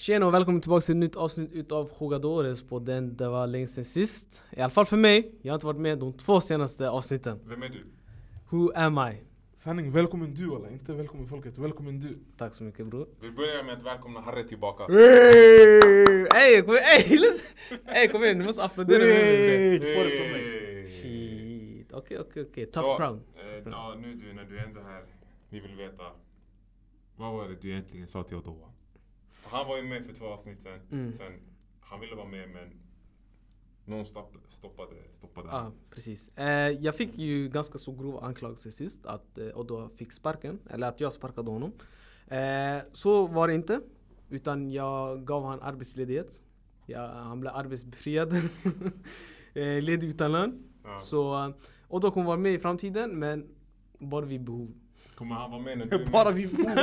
Tjena och välkommen tillbaka till ett nytt avsnitt utav Jugadores-podden. Det var länge sedan sist. I alla fall för mig. Jag har inte varit med de 2 senaste avsnitten. Vem är du? Who am I? Sanning, välkommen du alla. Inte välkommen folket, välkommen du. Tack så mycket bror. Vi börjar med att välkomna Harry tillbaka. Ey, kom igen. Ey, kom igen. Du måste applådera mig. Shit. Okej. Tough crowd. Ja, nu du, när du är ändå här. Vi vill veta. Vad var det du egentligen sa till Ottawa? Han var ju med för 2 avsnitt sen. Sen han ville vara med men någon stoppade Ja, precis. Jag fick ju ganska så grova anklagelser sist att Ottawa fick sparken. Eller att jag sparkade honom. Så var det inte. Utan jag gav han arbetsledighet. Han blev arbetsbefriad. Ledig utan lön. Ja. Så Ottawa kommer vara med i framtiden men bara vid behov. Kommer han vara med när du är bara vid behov.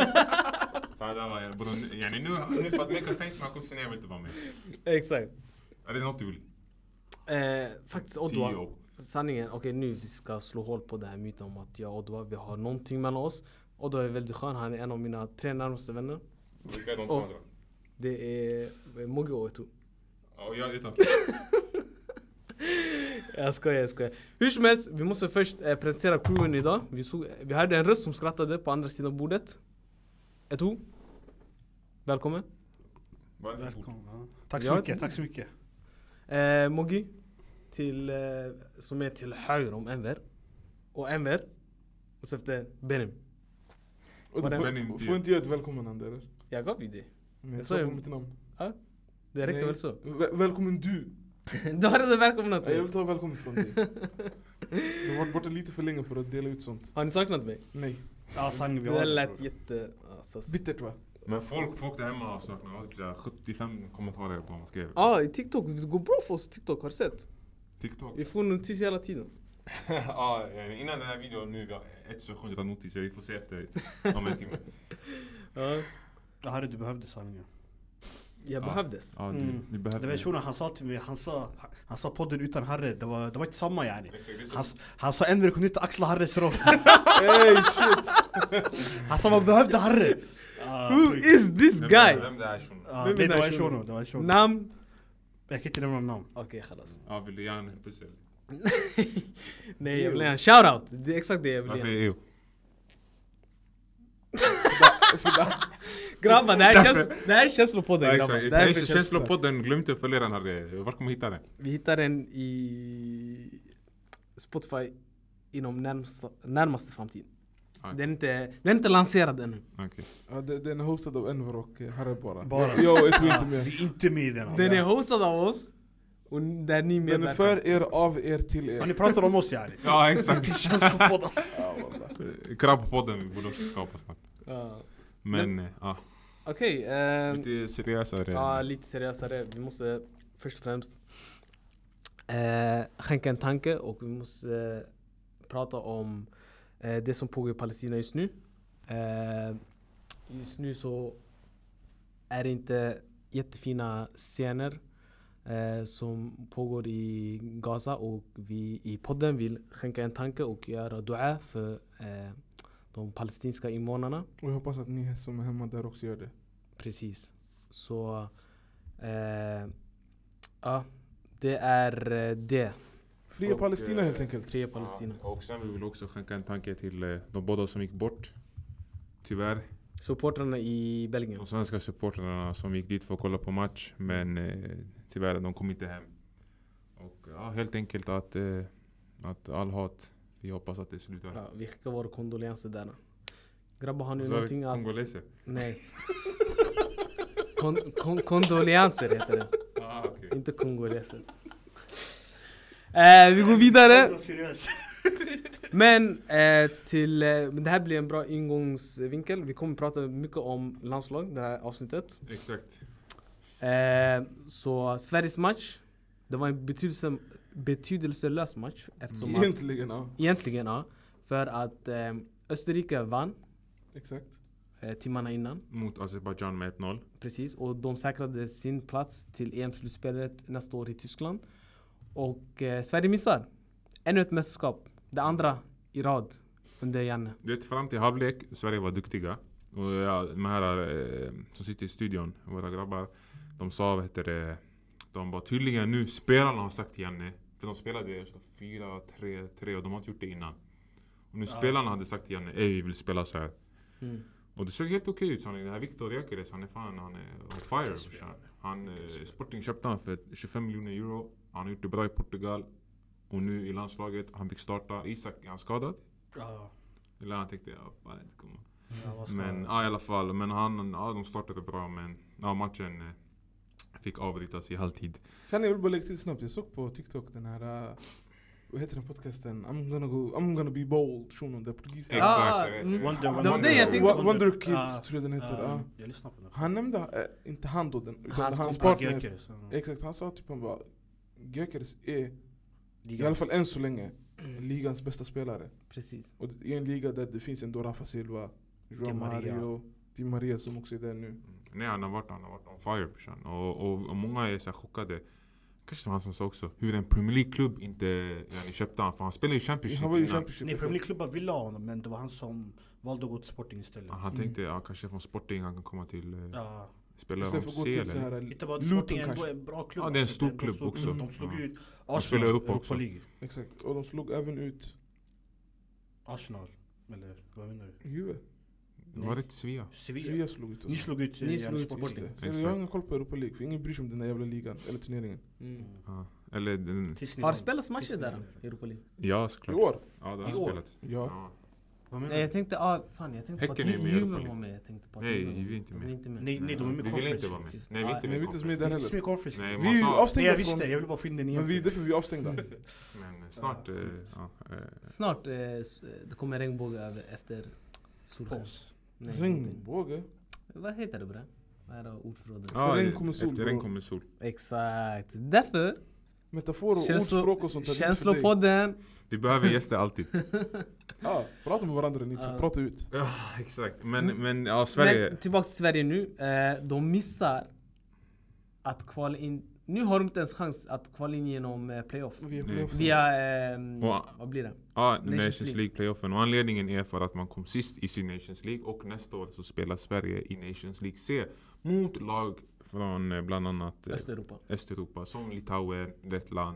Nu för att meka sänkt man kommer jag inte vara med. Exakt. Är det något du vill? Faktiskt Ottawa. Sanningen, okej nu vi ska slå hål på det här myten om att jag och Ottawa, vi har någonting mellan oss. Ottawa är väldigt skön, han är en av mina 3 närmaste vänner. Vilka är de 2 andra? Det är Mogi och Eto. Ja, jag är utan. Jag skojar. Hur som helst, vi måste först presentera crewen idag. Vi hörde en röst som skrattade på andra sidan bordet. Eto. Välkommen. Välkommen. Tack så mycket. Mogi som är till höger om Enver. Och Enver. Och så efter Benim. Och du får inte göra ett välkommen eller? Jag gav ju det. Jag sa på mitt namn. Ja, det räcker väl så. Välkommen du. Du har redan välkomnat mig. Jag vill ta välkommen från dig. Du har varit borta lite för länge för att dela ut sånt. Har ni saknat mig? Nej. Ja, sanning vi har. Det lät jätte... bittert va? Men folk där hemma har saknat 75 kommentarer på vad man skrev. Ja, i TikTok. Det går bra för oss i TikTok, har du sett? TikTok? Vi får notis hela tiden. Ja, innan den här videon nu vi har 1700 notiser. Vi får se efter om en timme. Ja. Det här du behövde sanningen. Jag behövdes. Ja, du behövde. Det var shunon han sa till mig, han sa podden utan Harry, det var inte samma yani. Han sa Enver kunde inte axla Harrys roll. Hey shit. Han sa man behövde Harry. Who is this guy? Vem det är shunon? Det var shunon. Namn? Jag kan inte nämna namn. Okej, khalas. Ja, vill du gärna pussel? Nej, jag vill gärna shoutout. Det är exakt det jag vill gärna. göra. Grabbar, det här är känslopodden grabbar. Det här är känslopodden, glöm inte att följa den här. Var kommer vi hitta den? Vi hittar den i Spotify inom närmaste framtid. Okay. Den är inte lanserad ännu. Okay. Ja, den är hostad av Enver och Harry bara. Jag är inte med. Vi är inte med i den. Den är hostad av oss. Och där ni medverkar. Den är för er, av er, till er. Ja, ni pratar om oss yani. Ja, exakt. Det känns som podden. Krabbpodden vi borde också skapa snart. Men ja. Okej. Lite seriösare. Ja, lite seriösare. Vi måste först och främst skänka en tanke och vi måste prata om det som pågår i Palestina just nu. Just nu så är det inte jättefina scener som pågår i Gaza och vi i podden vill skänka en tanke och göra dua för de palestinska invånarna. Och jag hoppas att ni som är hemma där också gör det. Precis. Så ja, det är det. Fria Palestina helt enkelt. Fria Palestina. Ja, och sen vill vi också skänka en tanke till de båda som gick bort. Tyvärr. Supportrarna i Belgien. De svenska supportrarna som gick dit för att kolla på match. Men tyvärr de kom inte hem. Och ja, helt enkelt att all hat. Vi hoppas att det slutar. Ja, vi skickar våra kondolenser där. Grabbar, har ni någonting att... Kongoleser? Nej. Kondolenser heter det. Okay. Inte kongoleser. Vi går vidare. Men det här blir en bra ingångsvinkel. Vi kommer prata mycket om landslag det här avsnittet. Exakt. Så Sveriges match. Det var en betydelselös match. Egentligen ja. För att Österrike vann. Exakt. Timmarna innan. Mot Azerbaijan med 1-0. Precis. Och de säkrade sin plats till EM-slutspelet nästa år i Tyskland. Och Sverige missar. Ännu ett mästerskap. Det andra i rad under Janne. Fram till halvlek, Sverige var duktiga. Och ja, de här som sitter i studion, våra grabbar, de sa, vad heter det, de bara tydligen nu, spelarna har sagt till Janne, för de spelade 4-3-3 och de har inte gjort det innan. Och nu spelarna hade sagt till Janne, vi vill spela så här. Och det såg helt okej ut. Den här Victor Gyökeres, han är on fire. Han Sporting köpte han för 25 miljoner euro. Han har gjort det bra i Portugal. Och nu i landslaget, han fick starta. Isak, är han skadad? Eller han tänkte, bara inte komma. Men i alla fall, men de startade bra, men matchen fick avbrytas i halvtid. Sen jag vill bara lägga till snabbt, jag såg på TikTok den här, vad heter den podcasten? I'm gonna be bold, shunon, det portugisiska. Exakt. Wonder Kids tror jag den heter. Jag lyssnar på den. Han nämnde inte han då den, utan hans partner. Exakt, han sa typ han bara Gyökeres är i alla fall än så länge ligans bästa spelare. Precis. Och i en liga där det finns ändå Rafa Silva, João Mario, Di Maria som också är där nu. Nej, han har varit on fire. Och många är så här chockade. Kanske var han som sa också hur en Premier League-klubb inte köpte han, för han spelar i Championship. Han var ju Championship. Nej, Premier League-klubbar ville ha honom, men det var han som valde att gå till Sporting istället. Han tänkte, kanske från Sporting han kan komma till spela om C eller? Inte bara Sporting är en bra klubb. Ja, det är en stor klubb också. De slog ut Arsenal i Europa också. Exakt, och de slog även ut Arsenal, eller vad menar du? Juve. Var det Sevilla? Sevilla slog ut oss. Ni slog ut Sporting. Jag har ingen koll på Europa League, för ingen bryr sig om den där jävla ligan, eller turneringen. Eller har det spelats matcher där i Europa League? Ja, såklart. I år? Ja, det har spelats. Ja. Nej, jag tänkte på att Juve var med. Jag tänkte på att Nej, vi är inte med. Nej, de är med. Vi vill inte vara med. Nej, vi är inte med där heller. Vi är avstängda. Jag visste, jag ville bara finna den igen. Men därför vi är avstängda. Men snart... Snart det kommer regnbåge efter solsken. Regnbåge? Vad heter det, bra? Vad är det ordförrådet? Efter regn kommer sol. Efter regn kommer sol. Exakt. Därför metafor och ordspråk och sånt där. Känslopodden. Vi behöver gäster alltid. Prata med varandra ni två, prata ut. Ja, exakt. Men Sverige... Men tillbaka till Sverige nu. De missar att kvala in. Nu har de inte ens chans att kvala in genom playoff. Via vad blir det? Nations League-playoffen. Och anledningen är för att man kom sist i sin Nations League. Och nästa år så spelar Sverige i Nations League C mot lag från bland annat Östeuropa. Som Litauen, Lettland.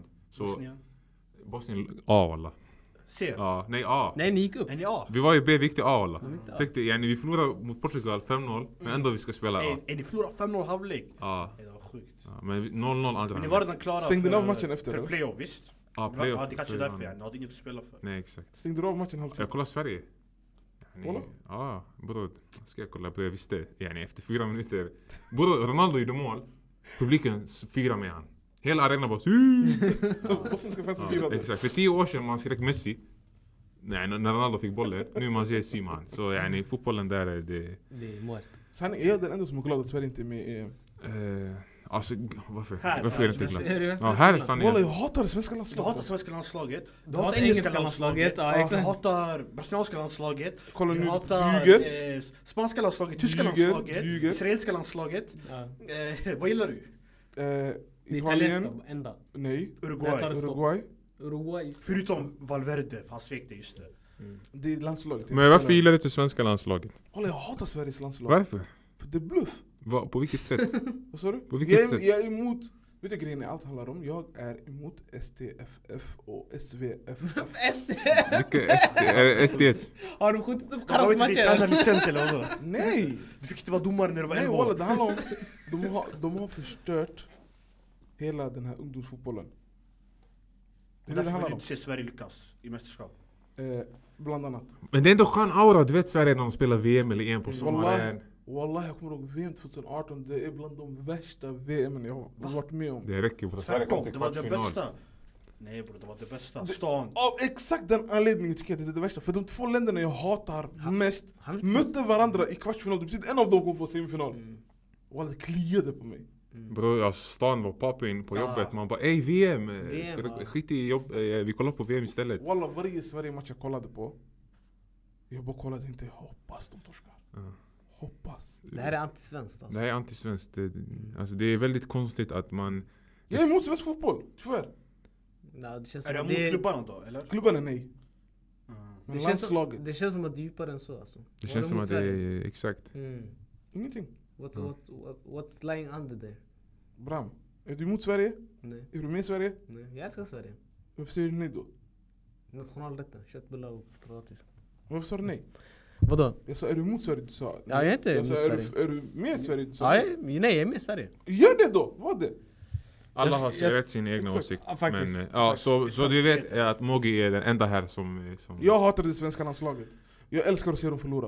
Bosnien A alla. C? Ja, nej A. Nej, ni gick upp. Vi var ju B, viktig A alla. Vi förlorade mot Portugal 5-0, men ändå vi ska spela A. Ni förlorade 5-0 halvlek? Ja. Det var sjukt. Ja, men 0-0 andra. Men ni var redan klara stängde av matchen efter för playoff, visst? Ja, playoff. Ja, det kanske är därför ni hade inget att spela för. Nej, exakt. Stängde du av matchen halvtid? Jag kollar Sverige. Ja, bror. Ska jag kolla på det? Jag visste. Efter 4 minuter. Bror, Ronaldo gjorde mål. Publiken firar med han. Hela arenan bara Bosniska fansen firade. Exakt. För 10 år sedan man skrek Messi. Nej, när Ronaldo fick bollen. Nu man ser Simon. Så fotbollen där är det... Det är mårt. Sen är jag den enda som är glad att Sverige inte är med i EM. Alltså, varför är det inte glad? Här är sanningen. Jag hatar det svenska landslaget. Du hatar svenska landslaget. Du hatar engelska landslaget. Du hatar brasilianska landslaget. Du hatar spanska landslaget, tyska landslaget, israeliska landslaget. Vad gillar du? Italien. Nej. Uruguay. Förutom Valverde, för han svek det just det. Det är landslaget. Men varför gillar du inte svenska landslaget? Jag hatar Sveriges landslag. Varför? För det är bluff. På vilket sätt? Vad sa du? På vilket sätt? Jag är emot... Vet du grejen allt handlar om? Jag är emot STFF och SVFF. SDS? Har du skjutit upp Karls matcher? Har du inte licens eller vad? Nej! Du fick inte vara domare när du var 11 år. Nej, det handlar om... De har förstört hela den här ungdomsfotbollen. Det är därför vill du inte se Sverige lyckas i mästerskap. Bland annat. Men det är ändå skön aura, du vet Sverige när de spelar VM eller EM på sommaren. Wallah, jag kommer ihåg VM 2018, det är bland de värsta VM jag har varit med om. Det räcker på Sverige kom till kvartsfinal. Det var det bästa. Nej bror, det var det bästa. Stan. Av exakt den anledningen tycker jag det är det värsta. För de två länderna jag hatar mest mötte varandra i kvartsfinal. Det betyder en av dem kommer få semifinal. Wallah, det kliade på mig. Bro, stan var popping på jobbet. Man bara, VM! Skit i jobb, vi kollar på VM istället. Wallah, varje Sverige-match jag kollade på, jag bara kollade inte, hoppas de torskar. Hoppas. Det här är antisvenskt alltså. Det här är antisvenskt. Alltså, det är väldigt konstigt att man... Jag är emot svensk fotboll, tyvärr. Nej, det känns är du emot klubbarna då, eller? Klubbarna, nej. landslaget. Det känns som att det är djupare än så alltså. Det känns som att det är exakt. Ingenting. What's lying under there? Bram, är du emot Sverige? Nej. Är du med Sverige? Nej, jag älskar Sverige. Varför säger du nej då? Nationalrätten, köttbullar och potatis. Varför sa du nej? Vadå? Jag sa, är du emot Sverige? Du sa ja, jag är inte emot Sverige. Är du med Sverige? Du sa, nej, jag är med Sverige. Gör det då! Vad det? Alla har rätt sin egna åsikt. Men så du vet att Mogi är den enda här som... Jag hatar det svenska landslaget. Jag älskar att se dem förlora.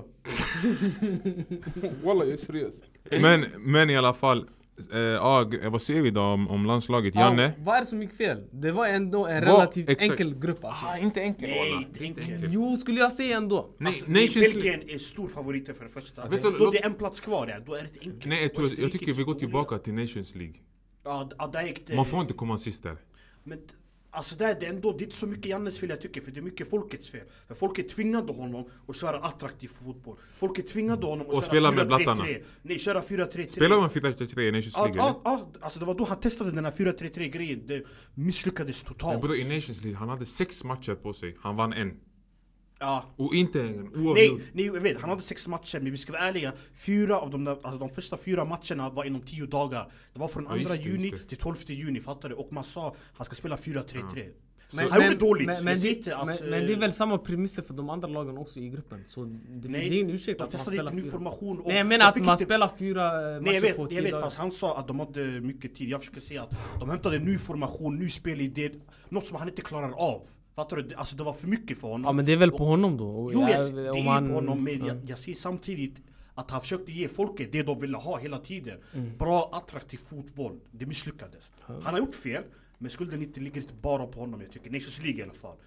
Wallah, jag är seriös. Men i alla fall, vad säger vi då om landslaget? Janne? Vad är det som gick fel? Det var ändå en relativt enkel grupp alltså. Inte enkel. Nej, inte enkel. Jo, skulle jag säga ändå. Belgien är stor favoriter för det första. Då det är en plats kvar där, då är det enkelt. Nej, jag tycker vi går tillbaka till Nations League. Man får inte komma sist där. Men alltså det är ändå, det är inte så mycket Jannes fel jag tycker, för det är mycket folkets fel. För folket tvingade honom att köra attraktiv fotboll. Folket tvingade honom att köra 4-3-3. Nej, köra 4-3-3. Spelar man 4-3-3 i Nations League? Ja, alltså det var då han testade den här 4-3-3 grejen. Det misslyckades totalt. Men i Nations League, han hade 6 matcher på sig. Han vann en. Ja. Och inte en Nej, jag vet, han hade 6 matcher, men vi ska vara ärliga. 4 av de första 4 matcherna var inom 10 dagar. Det var från 2 juni till 12 juni, fattar du? Och man sa han ska spela 4-3-3. Han gjorde dåligt. Men det är väl samma premisser för de andra lagen också i gruppen. Så det är ingen ursäkt att man spelar 4. Formation. Nej, jag menar att man spelar 4 matcher på 10 jag vet, fast han sa att de hade mycket tid. Jag försöker säga att de hämtade ny formation, ny spelidé. Något som han inte klarar av. Fattar du? Alltså det var för mycket för honom. Ja, men det är väl på honom då? Jo, det är på honom, men jag ser samtidigt att han försökte ge folket det de ville ha hela tiden. Bra, attraktiv fotboll. Det misslyckades. Han har gjort fel, men skulden inte ligger inte bara på honom, jag tycker. Nations League i alla fall.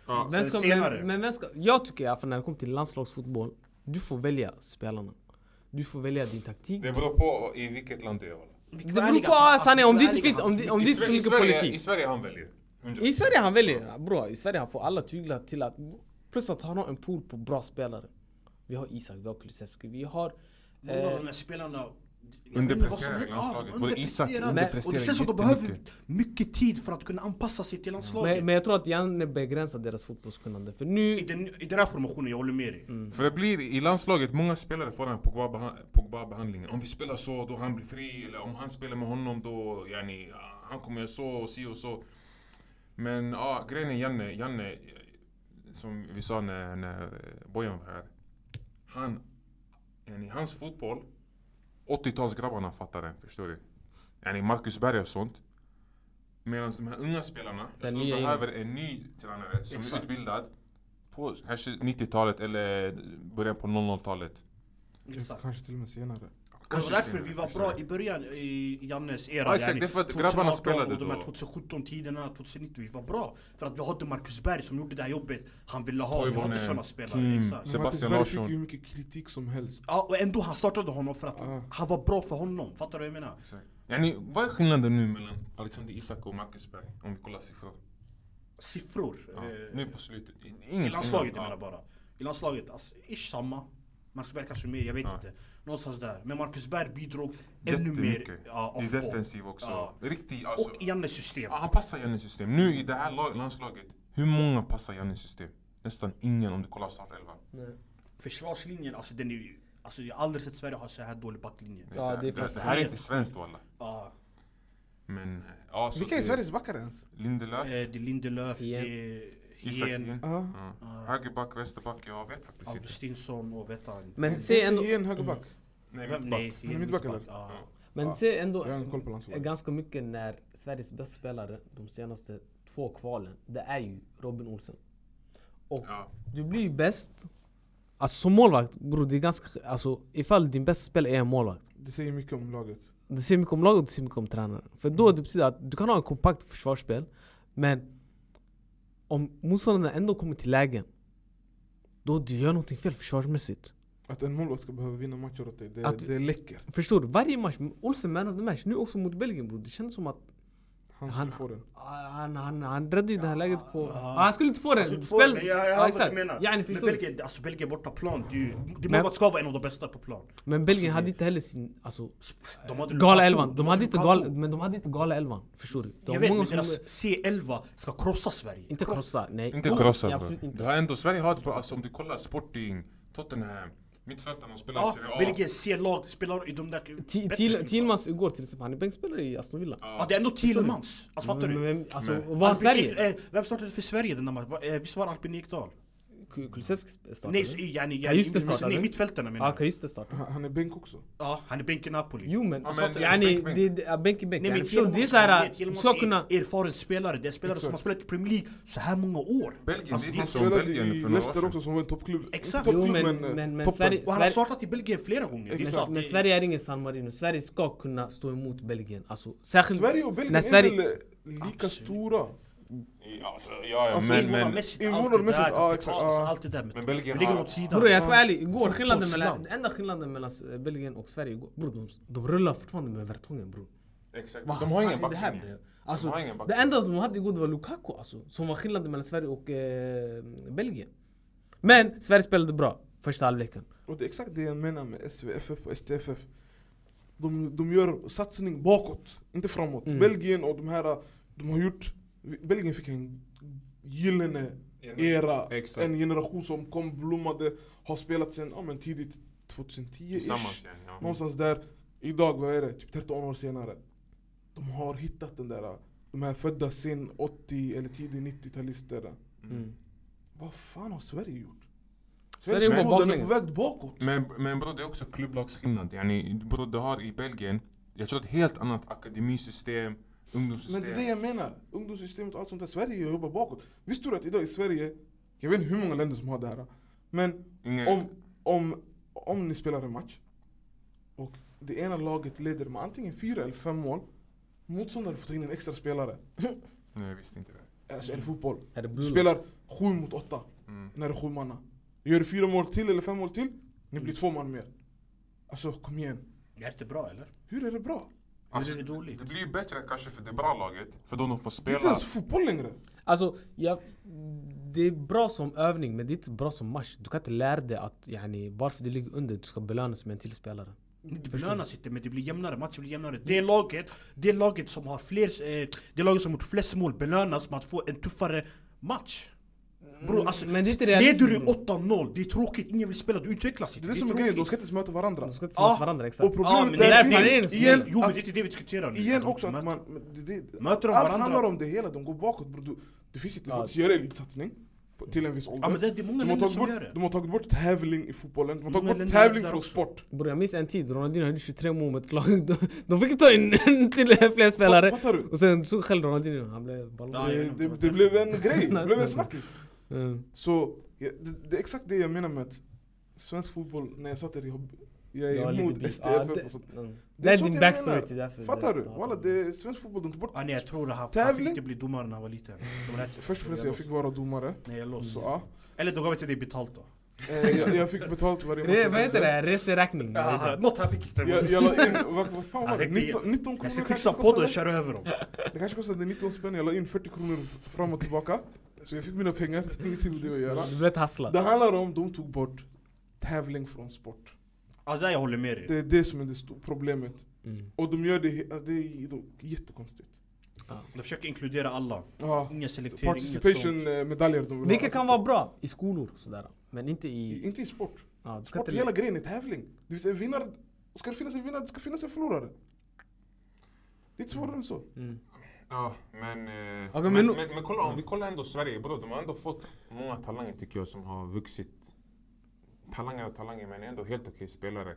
Jag tycker att när det kommer till landslagsfotboll, du får välja spelarna. Du får välja din taktik. Det beror på i vilket land du är. Det beror på sanning, om det inte finns, om det inte är så mycket politik. I Sverige han väljer. 100%. I Sverige han väljer, bro. I Sverige han får alla tyglar till att... Plus att han har en pool på bra spelare. Vi har Isak, vi har Kulusevski, vi har... Många av de här spelarna... Underpresterar landslaget. Både Isak underpresterar. Och det känns som att de behöver mycket tid för att kunna anpassa sig till landslaget. Men jag tror att Janne begränsar deras fotbollskunnande. För nu... I den här formationen, jag håller med dig. För det blir i landslaget, många spelare får den Pogba-behandlingen. Om vi spelar så, då han blir fri. Eller om han spelar med honom, då han kommer så och si och så. Men grejen är Janne, som vi sa när Bojan var här. Hans fotboll, 80-talsgrabbarna fattar den, förstår du? Marcus Berg och sånt. Medan de här unga spelarna, de behöver en ny tränare som är utbildad på kanske 90-talet eller början på 00-talet. Kanske till och med senare. Det var därför vi var bra i början i Jannes era. Ja, exakt, det är för att grabbarna spelade då. De här 2017-tiderna, 2019, vi var bra. För att vi hade Marcus Berg som gjorde det här jobbet han ville ha. Vi hade sådana spelare. Sebastian Larsson. Marcus Berg fick ju mycket kritik som helst. Ja, och ändå han startade honom för att han var bra för honom. Fattar du vad jag menar? Exakt. Vad är skillnaden nu mellan Alexander Isak och Marcus Berg? Om vi kollar siffror. Siffror? Nu på slutet. I landslaget jag menar bara. I landslaget, alltså, samma. Marcus Berg kanske mer, jag vet inte. Någonstans där. Men Marcus Berg bidrog ännu mer. I defensiv också. Riktigt, alltså. Och Jannes system. Han passar Jannes system. Nu i det här landslaget, hur många passar Jannes system? Nästan ingen om du kollar startelvan. Försvarslinjen, alltså den är ju... Alltså jag har aldrig sett Sverige ha så här dålig backlinje. Det här är inte svenskt walla. Men... Vilka är Sveriges backar ens? Lindelöf. Det är Lindelöf, det är Hien. Högerback, vänsterback, jag vet faktiskt inte. Augustinsson och vet han. Men se ändå... Hien högerback? Nej, mittback eller? Men se ändå ganska mycket när Sveriges bästa spelare de senaste 2 kvalen, det är ju Robin Olsen. Och du blir ju bäst. Alltså som målvakt, bror, det är ganska... Alltså ifall din bästa spelare är en målvakt. Det säger mycket om laget. Det säger mycket om laget och det säger mycket om tränaren. För då det betyder att du kan ha en kompakt försvarsspel, men om motståndarna ändå kommer till lägen, då du gör någonting fel försvarsmässigt. Att en målvakt ska behöva vinna matcher åt dig, det är läcker. Förstår du? Varje match, Olsen man of the match, nu också mot Belgien bror, det känns som att Han skulle få den. Han räddade ju det här läget på... Han skulle inte få den. Spel... Ja, exakt. Men Belgien borta plan. Det måste ska vara en av de bästa på plan. Men Belgien hade inte heller sin... Alltså, gala 11. De hade inte gala 11. Förstår du? Jag vet, men deras C11 ska krossa Sverige. Inte krossa, nej. Inte krossa, bro. Det har ändå... Sverige har... Alltså om du kollar Sporting, Tottenham, mittfältarna spelar i Serie A. Belgiens C-lag spelar i de där... Thielmans igår till exempel, han är bänkspelare i Aston Villa. Ja, det är ändå Thielmans. Alltså fattar du? Alltså, var Sverige? Vem startade för Sverige den där? Visst var Albin Ekdal? Kulusevski startade? Nej, mittfältarna menar jag. Kajyste startade. Han är bänk också. Ja, han är bänk i Napoli. Jo men, bänk. Nej men det är såhär, du ska kunna... erfaren spelare, det är spelare som har spelat i Premier League så här många år. Belgien, alltså, han spelade i Leicester också som var en toppklubb. Exakt. Men Sverige... Och han har startat i Belgien flera gånger. Men Sverige är ingen San Marino. Sverige ska kunna stå emot Belgien. Alltså, särskilt... Sverige och Belgien är väl lika stora. Alltså, invånarmässigt, ja exakt. Allt det där. Men Belgien ligger åt sidan. Bror, jag ska vara ärlig. Igår, enda skillnaden mellan Belgien och Sverige igår, bror, de rullar fortfarande med Vertongen, bror. Exakt. De har ingen backlinje. Alltså, det enda som hade igår var Lukaku, alltså, som var skillnaden mellan Sverige och Belgien. Men Sverige spelade bra första halvleken. Och det är exakt det jag menar med SVFF och STFF. De gör satsning bakåt, inte framåt. Belgien och de har gjort... Belgien fick en gyllene era, en generation som blommade, har spelat sen tidigt 2010-ish. Någonstans där, idag vad är det, typ 13 år senare. De har hittat de här födda sen 80 eller tidigt 90-talister. Vad fan har Sverige gjort? Sverige är på väg bakåt. Men bro, det är också klubblagsskillnad. Bro, du har i Belgien, jag tror ett helt annat akademisystem. Men det är det jag menar. Ungdomssystemet och allt sånt där. Sverige jobbar bakåt. Visst du att idag i Sverige, jag vet inte hur många länder som har det här. Men om ni spelar en match och det ena laget leder med antingen 4 eller 5 mål, motståndaren får ta in en extra spelare. Nej, jag visste inte det. Alltså är det fotboll? Du spelar 7 mot 8 när det är 7 manna. Gör du 4 mål till eller 5 mål till, ni blir 2 man mer. Alltså kom igen. Är det bra eller? Hur är det bra? Alltså, det blir ju bättre kanske för det bra laget, för då de får spela. Det är inte ens fotboll längre. Alltså, det är bra som övning, men det är inte bra som match. Du kan inte lära dig att bara för du ligger under, du ska belönas med en till spelare. Det belönas inte, men det blir jämnare, matchen blir jämnare. Det laget som har gjort flest mål belönas med att få en tuffare match. Bro, alltså, men det är inte leder du 8-0, det är tråkigt, ingen vill spela, du utvecklas inte. Det är som en grej, de ska inte möta varandra. De ska inte möta varandra, exakt. Och problemet är igen, jo men det är inte det vi diskuterar nu. Igen också att man möter de varandra. Allt handlar om det hela, de går bakåt bro. Det finns inte att göra elitsatsning till en viss ålder. Ja, men det är många länder som gör det. De har tagit bort tävling i fotbollen, de har tagit bort tävling från sport. Bror, jag minns en tid, Ronaldinho hade 23 mål med ett lag. De fick ta in till fler spelare. Fattar du? Och sen så själv Ronaldinho, han blev ballad. Det blev en grej, det blev en snackis. Så det är exakt det jag menar med att svensk fotboll, när jag sa till dig, jag är emot STFF och sånt. Det är din backstory till därför. Fattar du? Walla, det är svensk fotboll, de tog bort jag tror han fick inte bli domare när han var liten. Först och främst jag fick vara domare. Nej, jag låst. Eller då gav jag till dig betalt då. Jag fick betalt varje match. Vad heter det? Reseräkning? Något här fick stämma. Jag la in, vad fan var det? 19 kronor. Jag ska fixa på det och köra över dem. Det kanske kostade 19 spänn, jag la in 40 kronor fram och tillbaka. Så jag fick mina pengar, ingenting med det att göra. Du blev hasslad. Det handlar om, de tog bort tävling från sport. Ja, det där jag håller med dig. Det är det som är det stora problemet. Och de gör det är jättekonstigt. De försöker inkludera alla. Ingen selektering, participation-medaljer. Vilket kan vara bra i skolor sådär. Men inte i sport. Sport är hela grejen, är tävling. Det vill säga vinnare, ska det finnas en vinnare, det ska finnas en förlorare. Det är inte svårare än så. Ja, men kolla, om vi kollar ändå Sverige, bro, de har ändå fått många talanger tycker jag som har vuxit. Talanger, men ändå helt okej spelare.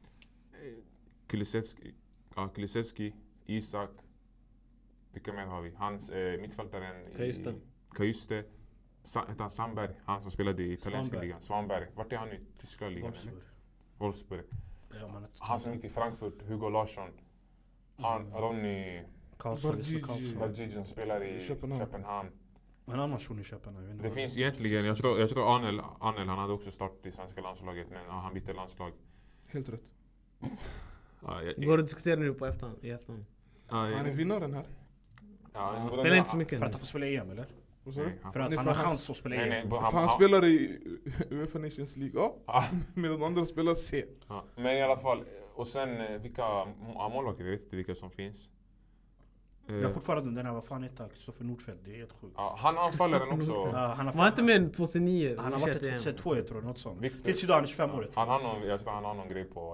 Kulusevski, Isak, vilka mer har vi? Hans mittfältaren Kajyste, Sandberg, han som spelade i italienska ligan. Svanberg, vart är han i tyska ligan? Wolfsburg. Han som gick till Frankfurt, Hugo Larsson, Ronny Vargij som spelar i Köpenhamn. En annan person i Köpenhamn. Det finns egentligen, jag tror Arnel han hade också startat i svenska landslaget, men han bytte landslag. Helt rätt. Går det att diskutera nu i efterhand? Han är vinnaren här. Han spelar inte så mycket. För att han får spela EM, eller? För att han har chans att spela EM. Han spelar i UEFA Nations League medan andra spelar C. Men i alla fall, och sen vilka målvakter, jag vet inte vilka som finns. Jag har fortfarande den här, vad fan heter Kristoffer Nordfeldt, det är helt sjukt. Han anfaller den också. Han var inte med 2009. Han har varit 2002, jag tror, något sånt. Till Sudan, 25-året. Jag tror han har någon grej på.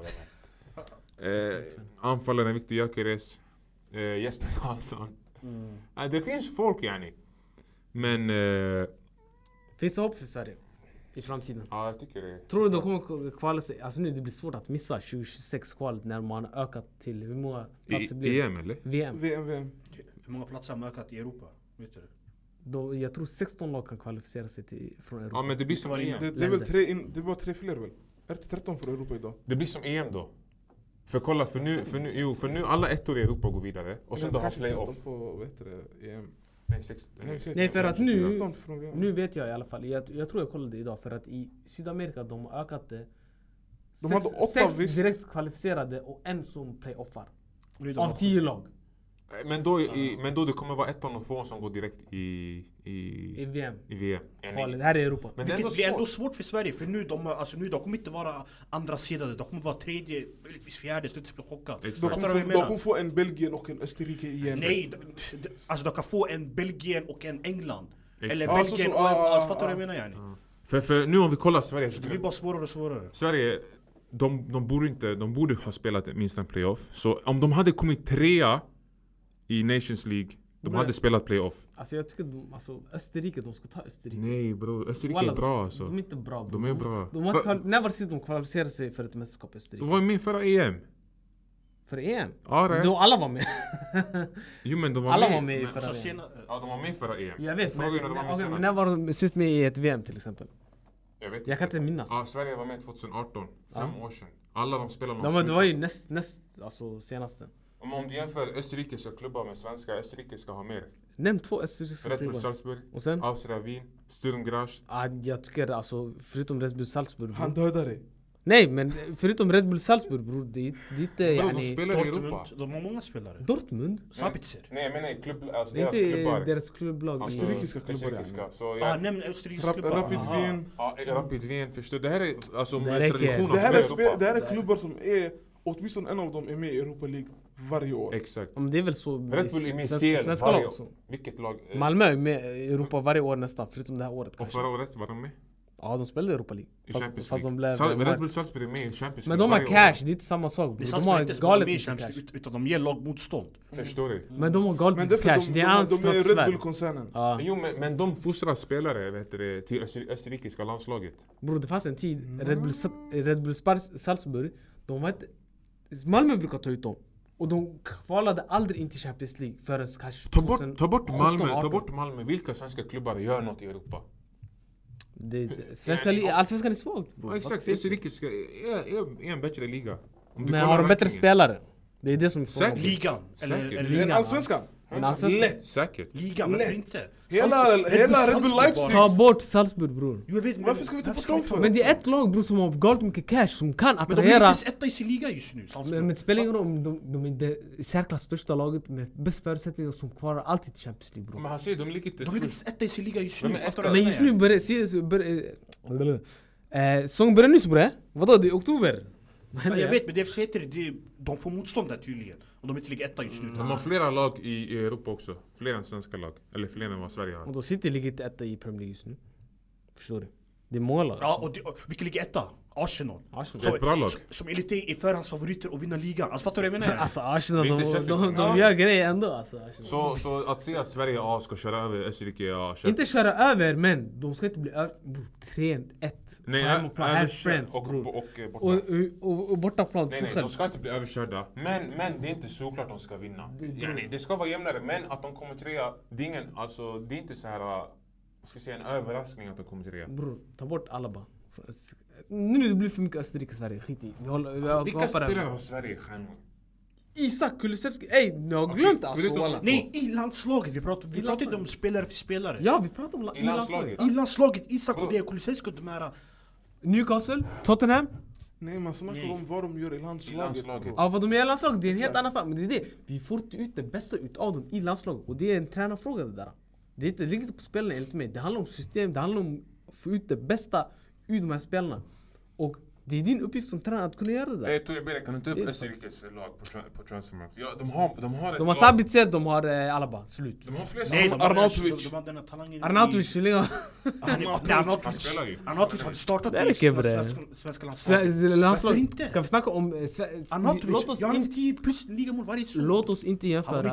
Anfallaren Victor Gyökeres, Jesper Karlsson. Det finns folk yani. Men... finns det hopp för Sverige i framtiden? Ja, jag tycker det. Tror du de kommer kvala sig? Alltså nu det blir svårt att missa 2026 kvalet när man har ökat till hur många platser blir det? EM eller? VM. Hur många platser har man ökat i Europa? Vet du? Jag tror 16 lag kan kvalificera sig från Europa. Ja, men det blir som EM. Det är väl det var 3 fler väl? Är det 13 för Europa idag? Det blir som EM då. För kolla, för nu alla ettor i Europa går vidare. Och sen då har playoff. På, vet du, EM. Nej, för att nu vet jag i alla fall. Jag tror jag kollade idag för att i Sydamerika de har ökat det. De hade 6 direkt kvalificerade och en som playoffar. Av 10 lag. Men då det kommer vara 1 och 2 som går direkt i VM. Det här är Europa. Men det blir ändå svårt för Sverige för nu de kommer inte vara andra sidan, de kommer vara tredje, möjligtvis fjärde, slutet blir chockad. De kommer få en Belgien och en Österrike igen. Nej, alltså de kan få en Belgien och en England. Eller Belgien och en, fattar du vad jag menar yani? För nu om vi kollar Sverige så det blir bara svårare och svårare. Sverige, de borde ha spelat minst en playoff. Så om de hade kommit 3 i Nations League, de hade spelat playoff. Alltså jag tycker Österrike, de ska ta Österrike. Nej bro, Österrike är bra alltså. De är inte bra. De är bra. När var det sist de kvalificerade sig för ett mästerskap i Österrike? De var med förra EM. För EM? Ja, då alla var med. Jo men de var alla med. Var med i förra EM. Ja, de var med förra EM. Jag vet, men när var de sist med i ett VM till exempel? Jag kan inte minnas. Ja, Sverige var med 2018, 5 år sedan. Alla de spelade det var ju näst alltså senaste. Om du jämför österrikiska klubbar med svenska, Österrike ska ha mer. Nämn 2 österrikiska klubbar. Red Bull Salzburg, och sen? Austria Wien, Sturm Graz. Jag tycker alltså, förutom Red Bull Salzburg. Han dödar dig. Nej, men förutom Red Bull Salzburg bror, det är inte de spelar i Europa. De har många spelare. Dortmund? Sabitzer. Nej, men klubb, alltså det är inte deras klubblag. Österrikiska klubbar. Nämn österrikiska klubbar. Rapid Wien. Rapid Wien, förstår du? Det här är alltså tradition. Det här är klubbar som är, åtminstone en av dem är med i Europa League varje år. Exakt. Men det är väl så Red Bull är med svenska lag också. Vilket lag? Malmö är med i Europa varje år nästan, förutom det här året kanske. Och förra året var de med? Ja, de spelade Europa League. Fast de blev Red Bull Salzburg är med i Champions League. Men de har cash, det är inte samma sak. De har galet med cash. Utan de ger lagmotstånd. Förstår du? Men de har galet cash, det är annat de är Red Bull-koncernen. Jo, men de fostrar spelare till österrikiska landslaget. Bror, det fanns en tid, Red Bull Salzburg, de var inte... Malmö brukar ta ut dem. Och de kvalade aldrig in till Champions League förrän kanske ta bort Malmö. Vilka svenska klubbar gör något i Europa? Allsvenskan är svag. Exakt, Österrikiska är en bättre liga. Men har de bättre spelare? Det är det som är frågan. Ligan. Eller allsvenskan. Lätt, säkert. Ligan, varför inte? Hela Red Bull Leipzig. Ta bort Salzburg bror. Varför ska vi ta bort dem för? Men det är ett lag bror som har galet mycket cash som kan attrahera. Men de är inte etta i sin liga just nu, Salzburg. Men det spelar ingen roll om de är det i särklass största laget med bäst förutsättningar som kvarar alltid till Champions League bror. Men han säger de ligger inte. De är inte etta i sin liga just nu. Men just nu börjar säsongen börjar nyss bror. Vadå, det är oktober? Jag vet, men det heter de får motstånd där tydligen. Och de inte ligger etta just nu. De har flera lag i Europa också. Fler än svenska lag. Eller fler än vad Sverige har. Och då City ligger inte etta i Premier League just nu. Förstår du? Det är många lag. Ja, och vilka ligger etta? Arsenal. Det är ett bra lag. Som enligt dig är förhandsfavoriter att vinna ligan. Alltså fattar du vad jag menar? Alltså Arsenal, de gör grejer ändå alltså. Så att säga att Sverige ska köra över Österrike, inte köra över, men de ska inte bli 3-1. Nej, friends, och bortaplan. Nej, de ska inte bli överkörda. Men det är inte såklart de ska vinna. Det ska vara jämnare, men att de kommer 3, det är inte så här, ska säga en överraskning att de kommer 3. Bror, ta bort Alaba. Nu det blir för mycket Österrike-Sverige, skit i. Vilka spelare har Sverige stjärnor? Isak Kulusevski, jag har glömt alltså. Nej, i landslaget, vi pratar inte om spelare för spelare. Ja, vi pratar om i landslaget. I landslaget, Isak och det, Kulusevski och de här. Newcastle, Tottenham, Nej, man snackar om vad de gör i landslaget. Ja, vad de gör i landslaget, det är en helt annan fall. Men det är det, vi får inte ut det bästa ut av dem i landslaget. Och det är en tränarfråga det där. Det ligger inte på spelarna enligt mig. Det handlar om system, det handlar om att få ut det bästa ur de här spelarna. Och det är din uppgift som tränare att kunna göra det där. Jag tror jag kan inte upp Österrikes lag på transfermarkt. Ja, de har Sabitzer, de har Alaba, slut. De har flest. Nej, Arnautovic. De har denna talangen. Arnautovic, Arnautovic hade startat i svenska landslaget. Varför inte? Ska vi snacka om Arnautovic, jag har inte 10 plus ligamål varje säsong. Låt oss inte jämföra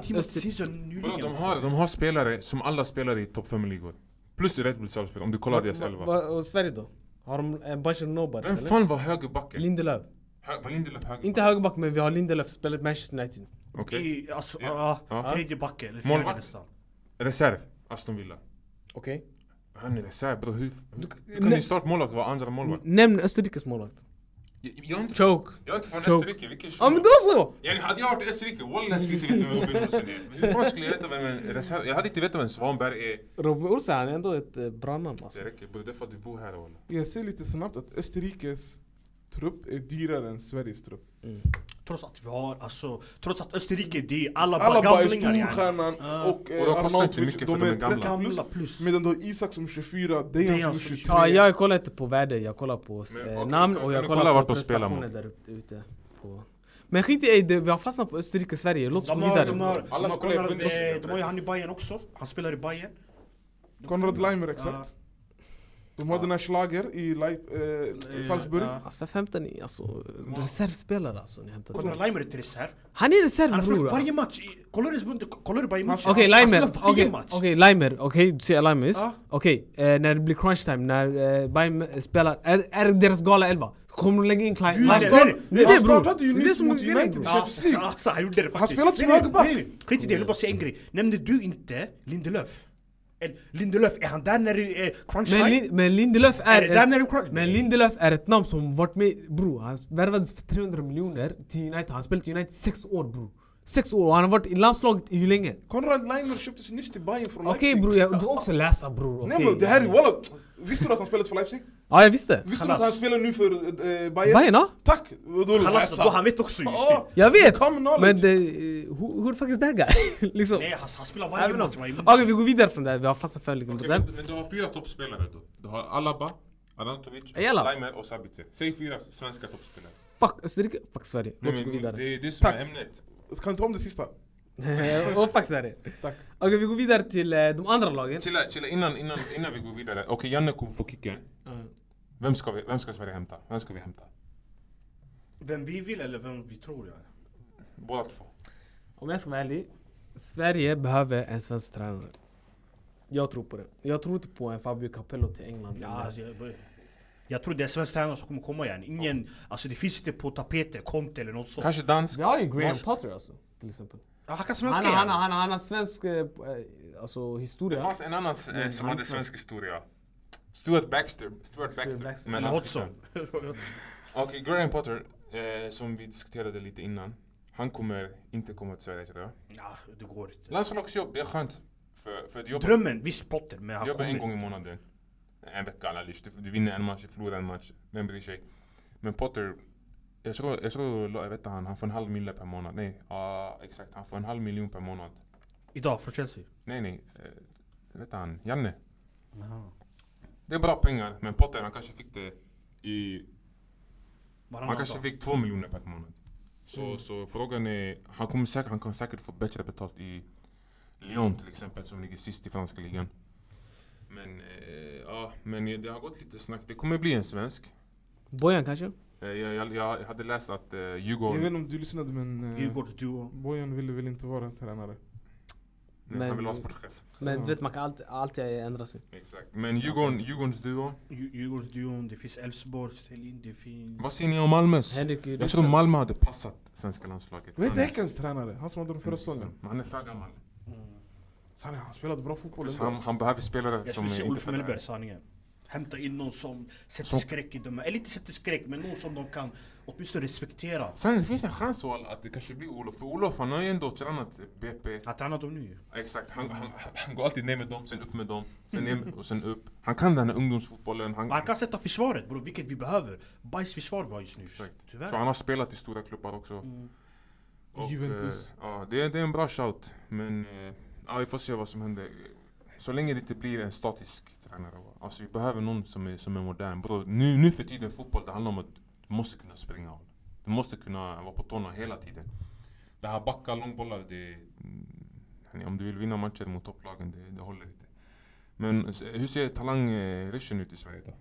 De har spelare som alla spelar i topp 5-ligor. Plus i Red Bull Salzburg, om du kollar deras 11. Och Sverige då? Har de en bunch of nobodies eller? Vem fan var högerbacken? Lindelöf. Var Lindelöf högerback? Inte högerback, men vi har Lindelöf spelat Manchester United. Okej. Alltså, tredje backe eller fjärde fjärde nästan. Reserv, Aston Villa. Okej. Han är reserv, bro. Hur kan ni starta målvakt och vara andra målvakt? Nämn Österrikes målvakt. Jag är inte från Österrike, vilken ja men då så! Hade jag varit i Österrike, wallah skulle jag inte veta vem Robin Olsen är. Men hur fan skulle jag veta vem en reserv... Jag hade inte vetat vem Svanberg är. Robin Olsen är ändå ett bra namn alltså. Det räcker, både därför att du bor här wallah. Jag ser lite snabbt att Österrikes trupp är dyrare än Sveriges trupp. Trots att vi har, alltså, trots att Österrike, det är alla gamlingar. Alla är storstjärnan och Arnautovic, de är gamla plus. Medan då Isak som 24, Dejan som 23. Ja, jag kollar inte på värde, jag kollar på namn och jag kollar på prestationer där ute. Men skit i det, vi har fastnat på Österrike, Sverige, låt oss gå vidare. De har ju han i Bayern också, han spelar i Bayern. Konrad Leimer, exakt. De har den här Schlager i Salzburg. Alltså för 15 alltså reservspelare alltså ni hämtar. Konrad Leimer är inte reserv. Han är reserv bror. Han spelar varje match. Kollar du Bayern match? Okej, Leimer. Okej, Leimer. Okej, du ser Leimer. Okej, när det blir crunch time, när Bayern spelar, är deras gala 11. Kommer du lägga in Klein? Han startade ju nyss mot United. Han gjorde det faktiskt. Han spelat som högerback. Skit i det, jag vill bara säga en grej. Nämnde du inte Lindelöf? Lindelöf, är han där när det är crunch time? Men Lindelöf är ett namn som varit med, bro. Han värvades för 300 miljoner till United. Han spelat i United 6 år, bro. 6 år och han har varit i landslaget i hur länge? Konrad Leimer köptes nyss till Bayern från Leipzig. Okej bror, du också läsa bror. Nej men det här är walla. Visste du att han spelat för Leipzig? Ja, jag visste. Visste du att han spelar nu för Bayern? Bayern, ja? Tack! Då han vet också just det. Jag vet! Men hur är faktiskt det här guy? Liksom. Nej, han spelar varje match. Okej, vi går vidare från det. Vi har fastnat för men du har 4 toppspelare då. Du har Alaba, Arnautovic, Leimer och Sabitzer. Säg 4 svenska toppspelare. Fuck Österrike, fuck Sverige. Låt oss gå vidare. Det är det som är ämnet. Ska inte om det sista? Och fuck Sverige. Tack. Okej, vi går vidare till de andra lagen. Chilla innan vi går vidare. Okej, Janne kommer få kicken. Vem ska Sverige hämta? Vem ska vi hämta? Vem vi vill eller vem vi tror jag? Båda två. Om jag ska vara ärlig, Sverige behöver en svensk tränare. Jag tror på det. Jag tror inte på en Fabio Capello till England. Ja, alltså, jag tror det är svensk tränare som kommer komma igen. Ingen, alltså det finns inte på tapetet, Conte eller något sånt. Kanske dansk. Vi har ju Graham Potter alltså, till exempel. Ja, han kan svenska han har svensk alltså, historia. Det fanns en annan som hade svensk historia. Stuart Baxter. Men Hodgson. Okej, Graham Potter, som vi diskuterade lite innan. Han kommer inte komma till Sverige, tror jag. Ja, det går inte. Landslagsjobb, det är skönt. För att jobba. Drömmen, visst Potter, men han jobbar en gång i månaden. En vecka alla lyst. Du vinner en match, förlorar en match. Vem bryr sig? Men Potter, jag vet han får 1,5 miljoner per månad. Nej, exakt. Han får 1,5 miljon per månad. Idag för Chelsea? Nej. Vet han, Janne. Det är bra pengar, men Potter han kanske fick det i... Han kanske fick 2 miljoner per månad. Så frågan är, han kan säkert få bättre betalt i Lyon till exempel, som ligger sist i franska ligan. Men det har gått lite snack. Det kommer bli en svensk. Bojan kanske? Jag hade läst att Djurgården... Jag vet inte om du lyssnade, men Djurgårdsduo. Bojan ville väl inte vara tränare. Nej, han vill vara sportchef. Men du vet, man kan alltid ändra sig. Exakt. Men Djurgårdsduo. Djurgårdsduon, det finns Elfsborgs, det finns... Vad säger ni om Malmös? Jag tror Malmö hade passat svenska landslaget. Vad är Häckens tränare? Han som hade den förra säsongen. Han är för gammal. Han spelade bra fotboll. Han behöver spelare som jag skulle säga Ulf Mellberg, sanningen. Hämta in någon som sätter skräck i dem. Eller inte sätter skräck, men någon som de kan åtminstone respektera. Sen det finns en chans att det kanske blir Olof. För Olof han har ju ändå tränat BP. Han tränar dem nu. Exakt, han går alltid ner med dem, sen upp med dem. Sen ner och sen upp. Han kan den här ungdomsfotbollen. Han kan sätta försvaret bro, vilket vi behöver. Bajsförsvar var just nu. Tyvärr. Så han har spelat i stora klubbar också. Och, Juventus. Ja, det är en bra shout. Men vi får se vad som händer. Så länge det inte blir en statisk tränare. Alltså vi behöver någon som är modern. Bro, nu för tiden fotboll, det handlar om att du måste kunna springa. Du måste kunna vara på tårna hela tiden. Det här backa långbollar, om du vill vinna matcher mot topplagen, det håller inte. Men hur ser talangrechen ut i Sverige då?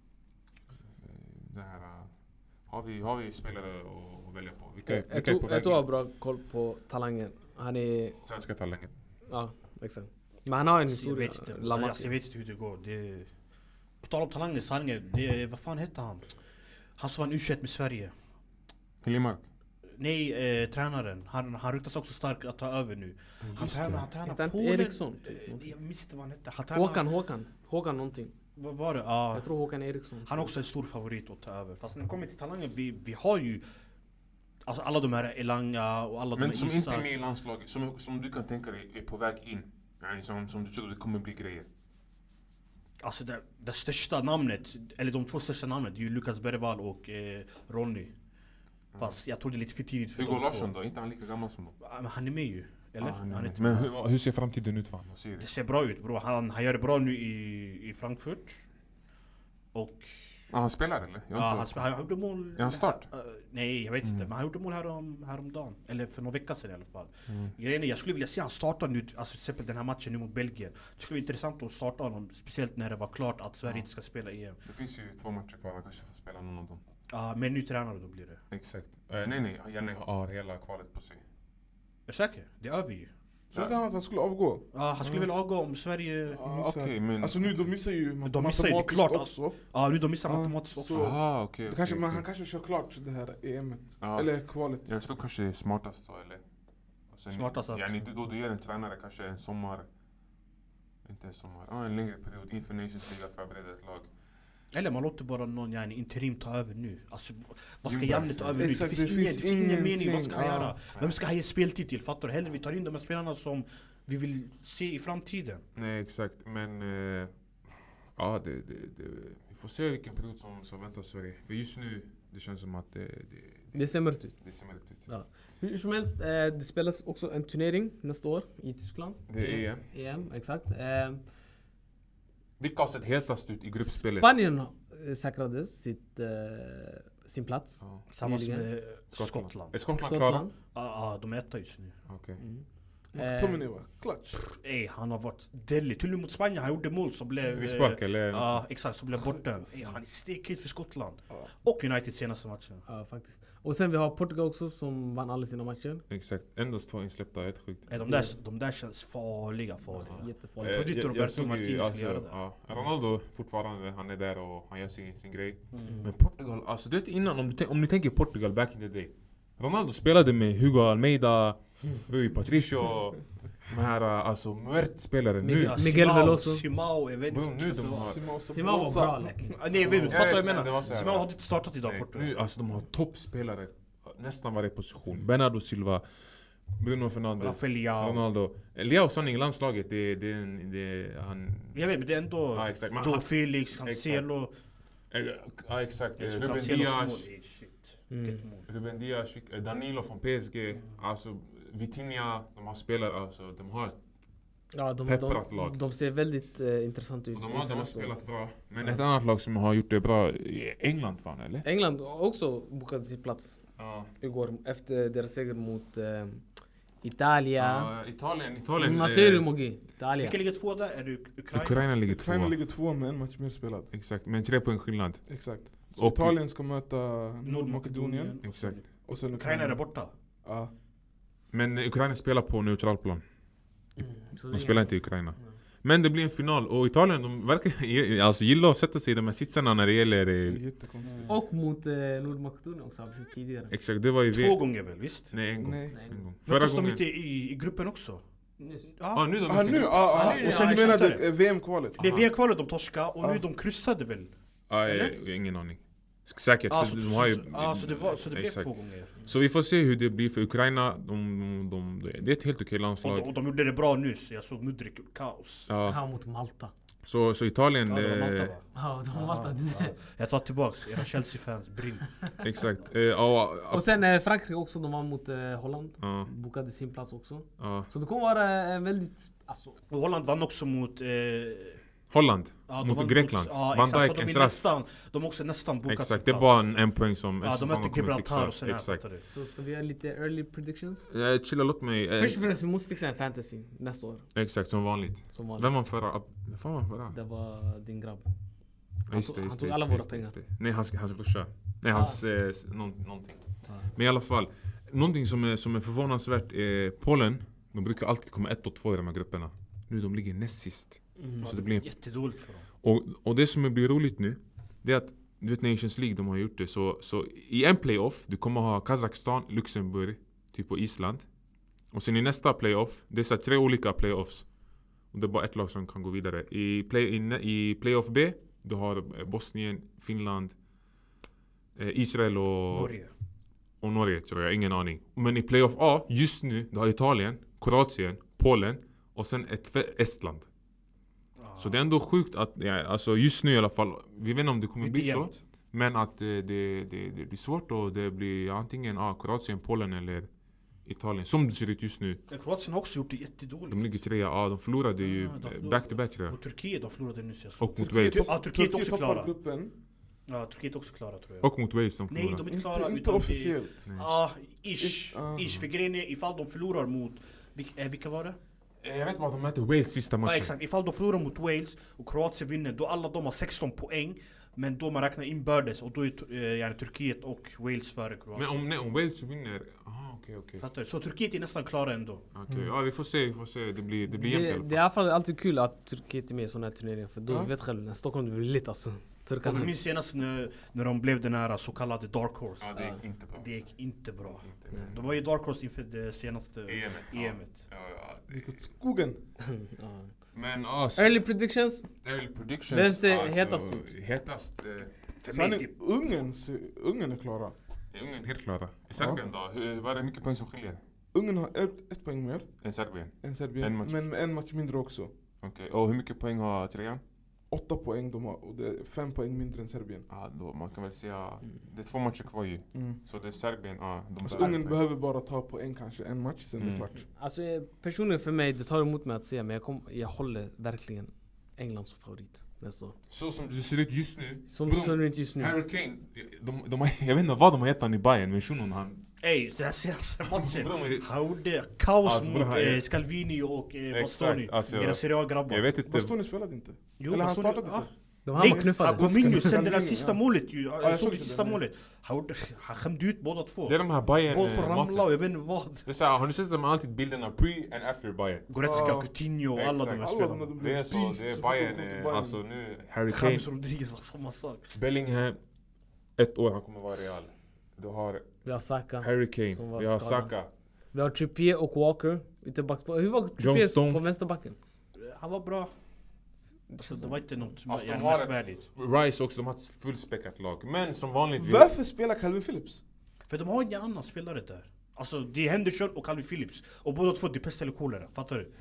Det här, har vi spelare att välja på? Jag tror jag har bra koll på talangen. Han är... Svenska talangen. Ja, exakt. Men han har en historia. Jag vet inte hur det går. På tal om talangen, vad fan heter han? Han som var en U21 med Sverige. Hiljemark? Nej, tränaren. Han ryktas också starkt att ta över nu. Han tränar Polen. Eriksson? Jag minns inte vad han hette. Håkan någonting. Vad var det? Jag tror Håkan Eriksson. Han är också en stor favorit att ta över. Fast när det kommer till talangen, vi har ju alltså alla de här Elanga och alla de här men som inte är med i landslaget, som du kan tänka dig är på väg in. Som du tror det kommer bli grejer. Alltså det största namnet, eller de två största namnet, är ju Lukas Bergvall och Ronny. Fast jag tror det är lite för tidigt för Hugo Larsson då? Inte han lika gammal som dem? Men han är med ju. Eller? Men hur ser framtiden ut för honom? Det ser bra ut bro. Han gör det bra nu i Frankfurt. Och... han spelar eller? Han gjorde mål... Är han start? Nej, jag vet inte. Men han gjorde mål häromdagen. Eller för några veckor sedan i alla fall. Grejen är, jag skulle vilja se han starta nu, alltså till exempel den här matchen nu mot Belgien. Det skulle vara intressant att starta honom, speciellt när det var klart att Sverige inte ska spela EM. Det finns ju 2 matcher kvar, han kanske får spela någon av dem. Ja, men ny tränare då blir det. Exakt. Nej, Janne har hela kvalet på sig. Är du säker? Det är över ju. Så inte han skulle avgå? Ja, han skulle väl avgå om Sverige... Okej, men... Alltså nu de missar ju matematiskt klart också. Ja, nu de missar matematiskt också. Okej. Men han kanske kör klart det här EM:et. Eller kvalet. Jag tror kanske det är smartast så, eller? Smartast att... Då du gör en tränare kanske en sommar... Inte en sommar, en längre period inför Nations League förbereda ett lag. Eller man låter bara någon interim ta över nu. Alltså vad ska Janne ta över nu? Det finns ingen mening, vad ska han göra? Vem ska han ge speltid till? Fattar du? Hellre vi tar in de här spelarna som vi vill se i framtiden. Nej exakt, men vi får se vilken period som väntar Sverige. För just nu, det känns som att det ser mörkt ut. Ja. Hur som helst, det spelas också en turnering nästa år i Tyskland. Det är EM, exakt. Vilka har sett hetast ut i gruppspelet? Spanien säkrade sin plats. Samma som Skottland. Är Skottland klara? Ja, de äter just nu. Okej. McTominay var clutch. Han har varit deli. Till och med mot Spanien, han gjorde mål som blev... Frispark eller? Ja, exakt, som blev borta. Han är stekhet för Skottland. Och United senaste matchen. Ja, faktiskt. Och sen vi har Portugal också som vann alla sina matcher. Exakt, endast 2 insläppta, helt sjukt. De där känns farliga. Jättefarliga. Jag trodde inte Roberto Martinez skulle göra det. Ronaldo fortfarande, han är där och han gör sin grej. Men Portugal, alltså du vet innan, om ni tänker Portugal back in the day. Ronaldo spelade med Hugo Almeida, Rui Patricio, de här alltså mörkt spelare nu. Miguel Veloso. Simao, jag vet inte. Simao var bra läck. Nej, vet du vad jag menar? Simao har inte startat idag Portugal. Nu, alltså de har toppspelare, nästan varje position. Bernardo Silva, Bruno Fernandes, Ronaldo. Leao sanning i landslaget, det är han... Jag vet, men det är ändå Joe Felix, Cancelo. Ja exakt, Ruben Dias, Danilo från PSG, alltså Vitinha, de har spelat, alltså de har peppat lag. De ser väldigt intressant ut. De har spelat bra. Men ett annat lag som har gjort det bra är England fan, eller? England också bokade sin plats igår efter deras seger mot Italia. Italien. Man ser hur Mogi. Italia. Vilka ligger 2 där? Är det Ukraina? Ukraina ligger 2 med en match mer spelad. Exakt, men 3 poäng skillnad. Exakt. Så Italien ska möta Nordmakedonien. Exakt. Och sen Ukraina är borta. Ja. Men Ukraina spelar på neutral-plan. De spelar inte i Ukraina. Men det blir en final och Italien, de verkar alltså gilla att sätta sig i de här sitsarna när det gäller... Och mot Nordmakedonien också har vi sett tidigare. Exakt, det var ju... 2 gånger väl, visst? Nej, en gång. En gång. Förra gången... de inte i gruppen också? Nu de och sen menar du VM-kvalet. Det är VM-kvalet de torska och nu de kryssade väl? Ingen aning. Säkert, för de har ju... Så det blev 2 gånger. Så vi får se hur det blir för Ukraina. Det är ett helt okej landslag. Och de gjorde det bra nu, så jag såg Mudryk kaos. Han mot Malta. Så Italien... Ja, det var Malta, va? Ja, de Malta. Jag tar tillbaks, era Chelsea-fans, brinn. Exakt. Och sen Frankrike också, de var mot Holland. Bokade sin plats också. Så det kommer vara väldigt... Alltså. Och Holland vann också mot... Holland mot Grekland. Van Dijk en straff. De också nästan bokat. Exakt, det var en poäng som... de mötte Gibraltar och sen exakt. Så ska vi göra lite early predictions? Chilla, låt mig... Först och främst, vi måste fixa en fantasy nästa år. Exakt, som vanligt. Vem var förra? Det var din grabb. Han tog alla våra pengar. Nej, hans brorsa. Nej, hans... någonting. Men i alla fall, någonting som är förvånansvärt är Polen. De brukar alltid komma 1 och 2 i de här grupperna. Nu de ligger näst sist. Så det blir jättedåligt för dem. Och det som blir roligt nu, det är att du vet Nations League, de har gjort det så i en playoff du kommer ha Kazakstan, Luxemburg, typ på Island. Och sen i nästa playoff, det är så 3 olika playoffs. Och det är bara ett lag som kan gå vidare. I playoff B, du har Bosnien, Finland, Israel och Norge tror jag, ingen aning. Men i playoff A, just nu, du har Italien, Kroatien, Polen och sen ett Estland. Så det är ändå sjukt att, alltså just nu i alla fall, vi vet inte om det kommer bli så. Men att det blir svårt och det blir antingen Kroatien, Polen eller Italien. Som det ser ut just nu. Kroatien har också gjort det jättedåligt. De ligger 3, de förlorade ju back-to-back tror jag. Och Turkiet har förlorat det nu. Och mot Wales. Turkiet också klara. Ja, Turkiet också klara tror jag. Och mot Wales de förlorar. Nej, de är inte klara. Inte officiellt. Ish. För grejen är, ifall de förlorar mot... Vilka var det? Jag vet bara att de möter Wales sista matchen. Ja, exakt. Ifall de förlorar mot Wales och Kroatien vinner, då alla de har 16 poäng. Men då man räknar inbördes och då är Turkiet och Wales före Kroatien. Men om Wales vinner... okej. Fattar du? Så Turkiet är nästan klara ändå. Ja, vi får se. Det blir jämnt i alla fall. Det är i alla fall alltid kul att Turkiet är med i sådana här turneringar. För då vet själv, när Stockholm blir lite alltså. Jag minns senast när de blev den här så kallade Dark Horse. Ja, det gick inte bra. Det gick inte bra. De var ju Dark Horse inför det senaste EM:et. Det gick åt skogen. Men Early predictions. Vem ser hetast? För mig Ungern är klara. Är Ungern helt klara? I Serbien då? Var det mycket poäng som skiljer? Ungern har 1 poäng mer. Än Serbien? Men med en match mindre också. Okej, och hur mycket poäng har trean? 8 poäng de har, och det är 5 poäng mindre än Serbien. Då man kan väl säga, det är 2 matcher kvar ju. Så det är Serbien, alltså Ungern behöver bara ta poäng kanske en match, sen är det klart. Alltså personligen för mig, det tar emot mig att säga, men jag håller verkligen England som favorit nästa år. Så som det ser ut just nu. Harry Kane, jag vet inte vad de har gett han i Bayern, men shunon han... Det här senaste matchen, han gjorde kaos mot Scalvini och Bastoni. Era Serie A-grabbar. Jag vet inte. Bastoni spelade inte. Jo, eller han startade inte. Han kom in ju sen det där sista målet ju. Jag såg det sista målet. Han skämde ut båda två. Det är de här Bayern... Båda får ramla och jag vet inte vad. Det är så här, har ni sett de alltid bilderna pre and after Bayern? Goretzka, Coutinho och alla de här spelarna. Det är så, det är Bayern. Alltså nu, Harry Kane. James Rodriguez var samma sak. Bellingham, 1 år han kommer vara Real. Du har... Vi har Saka. Harry Kane. Vi har Saka. Vi har Trippier och Walker. Hur var Trippier på vänsterbacken? Han var bra. Alltså, det var inte något märkvärdigt. Rice också, de har ett fullspäckat lag. Men som vanligt... Varför spelar Calvin Phillips? För de har ingen annan spelare där. Alltså det är Henderson och Calvin Phillips. Och båda två, det är pest eller kolera. Fattar du?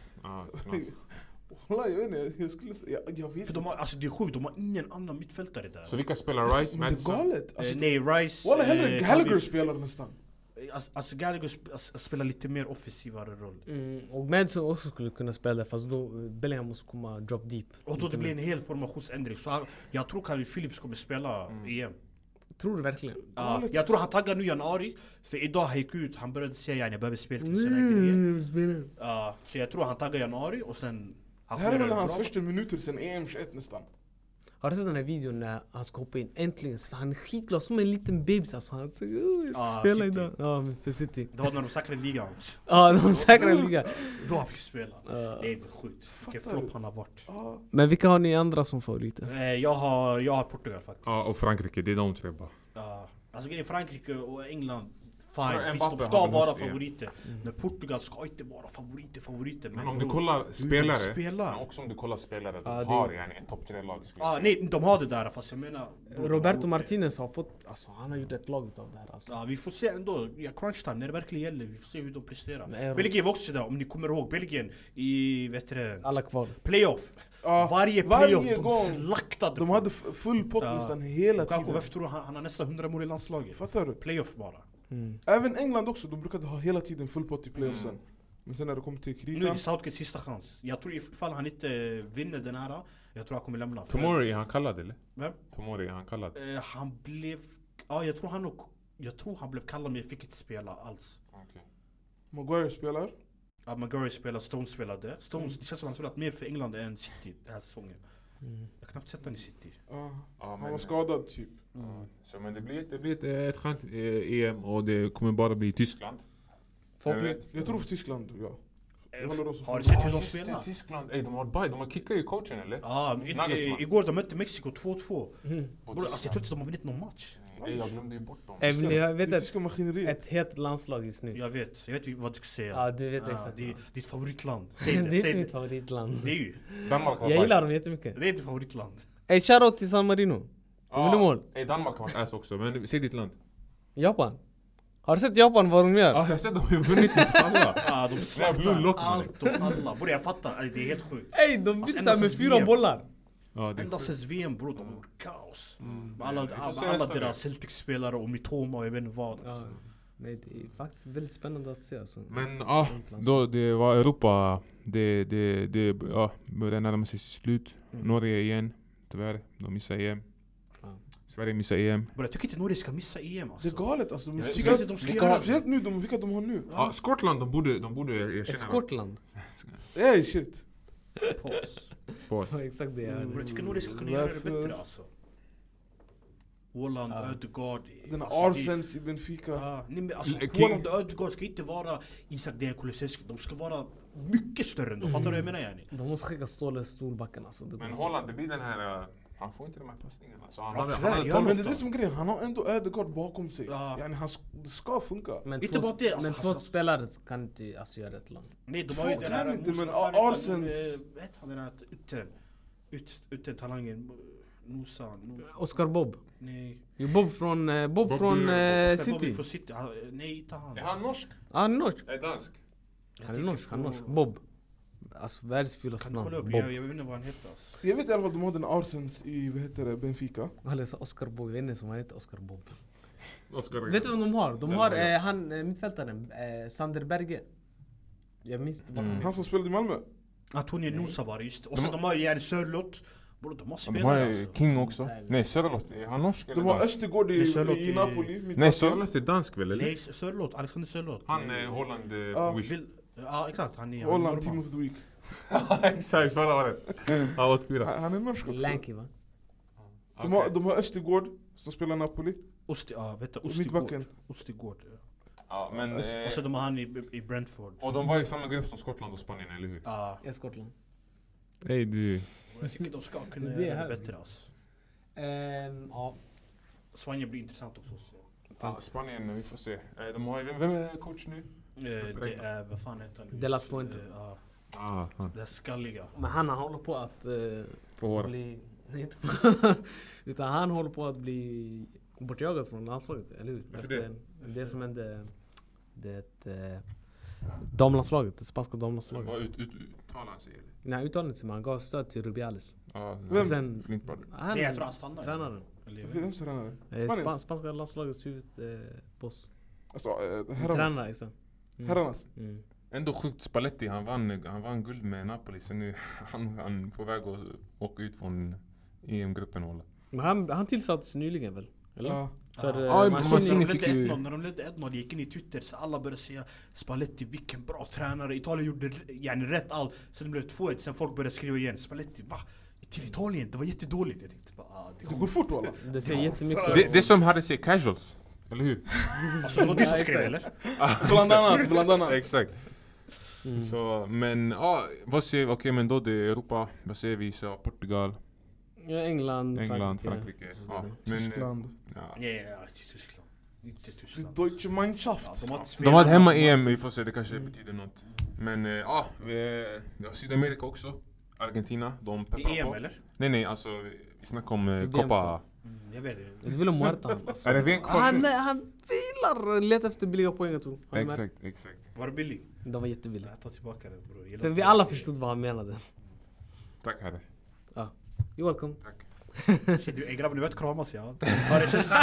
Jag vet inte, jag vet. För de har, alltså det är sjukt, de har ingen annan mittfältare där. Så vilka spelar Rice? Men det är galet. Alltså, nej, Rice... Walla hellre Gallagher spelar nästan. Alltså Gallagher spelar lite mer offensivare roll. Och Madison också skulle kunna spela, fast då Bellingham måste komma drop deep. Och då det blir en hel formationsändring. Så jag tror Calvin Phillips kommer spela EM. Tror du verkligen? Ja, jag tror han taggar nu i januari. För idag han gick ut, han började säga jag behöver spela till sina grejer. Så jag tror han taggar i januari och sen... Det här är väl hans första minuter sen EM 21 nästan. Har du sett den här videon när han ska hoppa in? Äntligen, så han är skitglad som en liten bebis alltså. Han spelar idag. Ja, för City. Det var när de säkrade ligan. Ja, de säkrade ligan. Då han fick spela. Det är sjukt. Vilken flopp han har varit. Men vilka har ni andra som favoriter? Jag har Portugal faktiskt. Ja, och Frankrike, det är de tre bara. Alltså Frankrike och England fine, visst de ska vara favoriter. Men Portugal ska inte vara favoriter. Men om du kollar spelare, också om du kollar spelare, de har en topp 3-lag. Nej, de har det där, fast jag menar... Roberto Martinez har fått, alltså han har gjort ett lag av det här alltså. Ja, vi får se ändå, crunch time, när det verkligen gäller, vi får se hur de presterar. Belgien var också där, om ni kommer ihåg, Belgien i, vet du det? Alla kvar. Playoff. Varje playoff, gång de slaktade. De hade full pott nästan hela tiden. Lukaku, varför tror du han har nästan 100 mål i landslaget? Fattar du? Playoff bara. Även England också, de brukade ha hela tiden full pott i playoffsen. Men sen när det kom till kritan... Nu är det Southgates sista chans. Jag tror ifall han inte vinner den här, jag tror han kommer lämna. Tomori, han kallad eller? Vem? Tomori, han kallad. Han blev... Ja, jag tror han blev kallad men jag fick inte spela alls. Okay. Maguire spelar? Ja, Maguire spelar, Stones spelade. Stones, det känns som han spelat mer för England än City den här säsongen. Jag har knappt sett han i City. Han var skadad typ. Så men det blir ett skönt EM och det kommer bara bli Tyskland. Jag tror för Tyskland, ja. Har du sett hur de spelar? Tyskland, de har kickat ju coachen eller? Ja, igår de mötte Mexiko 2-2. Alltså jag tror inte de har vunnit någon match. Jag glömde ju bort dem. Jag vet ett helt landslag just nu. Jag vet vad du ska säga. Ja, du vet exakt. Det är ditt favoritland. Det är mitt favoritland. Det är ju. Jag gillar dem jättemycket. Det är ditt favoritland. Shoutout till San Marino. De vinner mål. Danmark har varit också, men säg ditt land. Japan. Har du sett Japan vad de gör? Ja, jag har sett dem har vunnit mot alla. Ja, de slaktar allt och alla. Borde jag fatta, det är helt sjukt. Ey, de byter med 4 bollar. Ända sen VM bror, de gjorde kaos. Alla deras Celtic-spelare och Mitoma och jag vet inte vad. Nej, det är faktiskt väldigt spännande att se alltså. Men då det var Europa, det började närma sig slut. Norge igen, tyvärr, de missar EM. Sverige missar EM. Jag tycker inte Norge ska missa EM alltså. Det är galet alltså. Jag tycker inte de ska göra det. Speciellt nu, vilka de har nu. Ja, Skottland, de borde erkänna. Skottland? Ey shit. Pås. Ja, exakt det. Jag tycker Norge ska kunna göra det bättre alltså. Åland, Ödegaard. Den har Arsens i Benfica. Åland och Ödegaard ska inte vara Isak Dejan Kulusevski. De ska vara mycket större ändå. Fattar du vad jag menar yani? De måste skicka Stolbacken alltså. Men Holland, det blir den här... Han får inte de här passningarna. Så men det är det som är grejen. Han har ändå Ödegaard bakom sig. Yani, det ska funka. Men inte bara det. Men två spelare kan inte göra ett land. Nej, de har ju den här... inte, men Arsens... Vet han den här utan talangen? Nusa. Oscar Bob. Nej. Bob från City. Från City. Nej, inte han. Är han norsk? Han är norsk. Är dansk? Han är norsk. Bob. Alltså världens fulaste namn. Bob. Jag vet inte vad han heter alltså. Jag vet i alla fall de har den Arsens i, Benfica. Alltså Oscar Bob, jag vet inte som han heter Oscar Bob. Vet du vad de har? De har han mittfältaren, Sander Berge. Jag minns inte han som spelade i Malmö. Antonio Nusa var det just. Och sen de har ju Sörlott. Bro, de har spelat alltså. King också. Nej, Sörlott, är han norsk eller de har Östergård i Napoli. Nej, Sörlott är dansk väl eller? Nej, Sörlott, Alexander Sörlott. Han är Holland Ja, exakt. Han är Holland Team of the Week. Exakt, förra året. Han åt 4. Han är norsk också. Lanky va? De har Östergård som spelar Napoli. Ostigård. Ja, men... Och så de har han i Brentford. Och de var i samma grupp som Skottland och Spanien, eller hur? Ja. Skottland. Nej, du... Jag tycker de ska kunna göra det bättre alltså. Ja. Spanien blir intressant också. Ja, Spanien, vi får se. De har, vem är coach nu? Det är, vad fan heter han? De Las Fuente. Det är skalliga. Men han håller på att bli... Nej, inte utan han håller på att bli bortjagad från landslaget, eller hur? Efter det som hände damlandslaget, det spanska damlandslaget. Vad uttalade han sig eller? Nej, uttalade sig, men han gav stöd till Rubiales. Vem? Sen, Nej, jag tror han stannar. Tränaren. Vem tränare? Spanska landslagets huvudboss. Alltså, tränare, exakt. Herrarnas. Ändå sjukt Spalletti, han vann guld med Napoli, så nu han på väg att åka ut från EM-gruppen hålla. Men han tillsattes nyligen väl? Eller? Ja. När de ledde 1-0 gick in i Twitter så alla började säga Spalletti, vilken bra tränare, Italien gjorde rätt allt. Sen det blev 2-1, sen folk började skriva igen Spalletti, va? Till Italien, det var jättedåligt. Jag tänkte bara, det går fort alla. Det säger jättemycket. Det som hade sig casuals, eller hur? Alltså det var du som skrev eller? Bland annat. Exakt. Så, men vad ser vi? Okej, men då det är Europa, vad ser vi? Så Portugal. Ja, England, Frankrike. Tyskland. Ja, Tyskland. Inte Tyskland. Deutsche Mannschaft. De har ett hemma-EM, vi får se, det kanske betyder något. Men ja, Sydamerika också. Argentina, de pepprar på. EM eller? Nej, alltså vi snackar om Copa. Jag vet det. Jag vill ha Muerta. Alltså. Är det VM kvar? Han vilar leta efter billiga poäng jag tror. Exakt. Var det billig? De var jättebilliga. Jag tar tillbaka det bror. För vi alla förstod vad han menade. Tack herre. Ja. You're welcome. Tack. Shit, du grabben, du vet kramas ja. Ja, det känns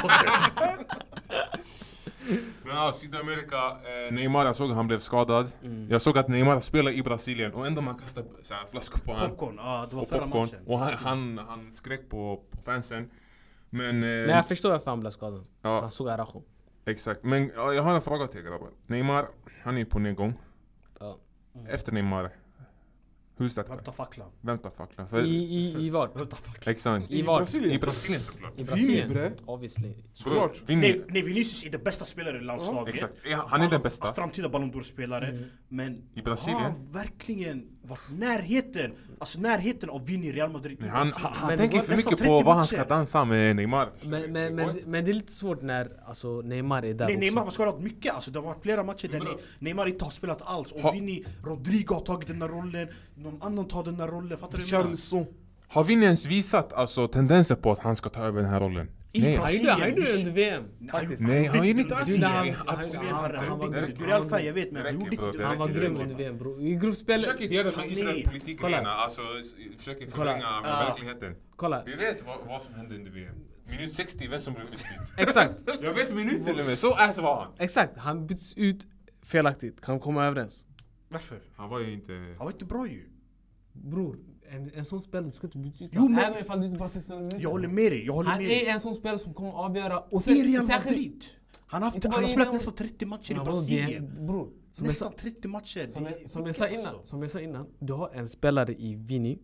Men ja, Sydamerika, Neymar, jag såg att han blev skadad. Jag såg att Neymar spelar i Brasilien och ändå man kastar så här flaskor på honom. Popcorn, ja det var förra matchen. Och han skrek på fansen. Men jag förstår varför han blev skadad. Ja. Han såg Arajo. Exakt, men jag har en fråga till grabbar. Neymar, han är på nedgång. Ja. Efter Neymar, hur startar Vänta facklan. För I vad? Vänta facklan. exakt. I vad? I Brasilien såklart. I Brasilien? bre. Obviously. Såklart. Nej, Vinicius är den bästa spelaren i landslaget. Exakt, han är den bästa. Framtida Ballon d'Or-spelare. Men I Brasilien? har han verkligen varit närheten av Vini i Real Madrid? Han tänker för mycket på vad han ska dansa med Neymar. Men det är lite svårt när alltså, Neymar är där Nej, också. Neymar har skadat mycket. Alltså, det har varit flera matcher där Neymar inte har spelat alls. Och Vini, Rodrigo har tagit den där rollen. Någon annan tar den där rollen. Fattar du? Charleston. Har Vini ens visat alltså, tendenser på att han ska ta över den här rollen? Nej. Han gjorde det under VM. Faktiskt. Nej, han gjorde inte alls det. Absolut. Du är Real-fan, jag vet, men han gjorde inte det. Han var grym under VM bro. I gruppspelet. Försök inte göra med Israel-politikerna, alltså försöker förlänga verkligheten. Kolla. Vi vet vad som hände under VM. Minut 60, vem som blev utbytt. Exakt. Jag vet minut till och med, så var han. Exakt, han byts ut felaktigt. Kan komma överens. Varför? Han var ju inte... Han var inte bra ju. Bror, en sån spelare du ska inte byta ut. Jo, men- Även ifall du inte bara 16 minuter. Jag håller med dig. Han är en sån spelare som kommer avgöra. Och I Real Madrid. Han har Inte bara i spelat Real- nästan 30 matcher i Ja, Brasilien. Bror, Nästan 30 matcher. som jag sa innan, du har en spelare i Vini.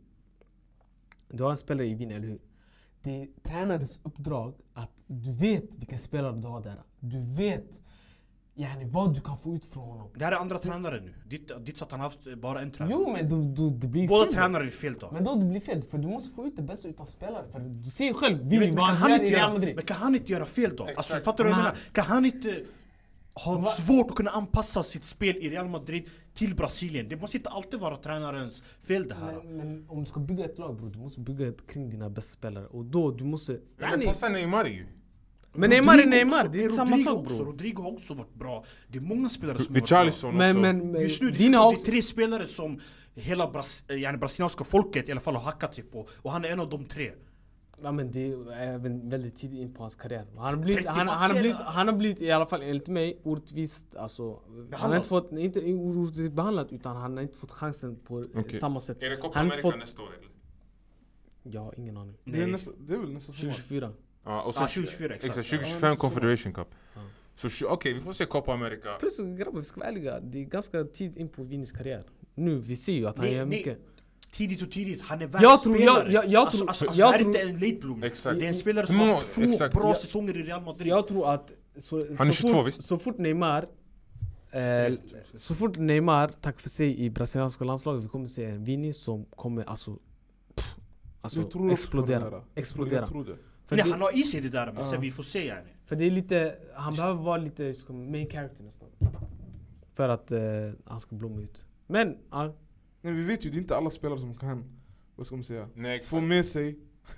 Eller hur? Det är tränarens uppdrag att du vet vilka spelare du har där. Du vet vad du kan få ut från honom. Det här är andra tränare nu. Ditt så att han har haft bara en tränare. Jo, men det blir Båda fel. tränare är fel då. Men då det blir fel, för du måste få ut det bästa utav spelare. För du ser ju själv, Jag Vini vet, var men han i Real Madrid. kan han inte göra fel då? Alltså, fattar du vad jag Men menar? Kan han inte ha svårt att kunna anpassa sitt spel i Real Madrid till Brasilien? Det måste inte alltid vara tränarens fel det här. Men om du ska bygga ett lag bro, du måste bygga kring dina bästa spelare. Och då du måste... Men passar Neymar ju. Men Neymar är Neymar, det är inte samma sak bro. Rodrigo har också varit bra. Det är många spelare som har varit Charleston bra. också. Men Just nu Vini det har är också... 3 spelare som hela brasilianska folket i alla fall har hackat sig på. Och han är en av de 3. Ja, men det är även väldigt tidigt in på hans karriär. Han har blivit i alla fall enligt mig orättvist, alltså, han har inte orättvist behandlat utan han har inte fått chansen på samma sätt. Är det Copa America nästa år eller? Ja, ingen aning. Det är väl nästan 2024. Ja, och så 2024 exakt. 2025 Confederation Cup. Så okej, vi får se Copa America. Plus grabbar, vi ska vara ärliga, det är ganska tid in på Vinis karriär. Nu, vi ser ju att han gör mycket. Tidigt. Han är världsspelare. Jag tror... Det här är inte en late bloomer. Exakt. Det är en spelare som har haft 2 bra säsonger i Real Madrid. Jag tror att... Han är 22 visst? Så fort Neymar tack för sig i brasilianska landslaget, vi kommer se en Vini som kommer alltså explodera. Nej, han har i sig det där, men sen vi får se yani. För det är lite, han behöver vara lite main character nästan. För att han ska blomma ut. Men vi vet ju, det är inte alla spelare som kan, vad ska man säga, Nej, få med sig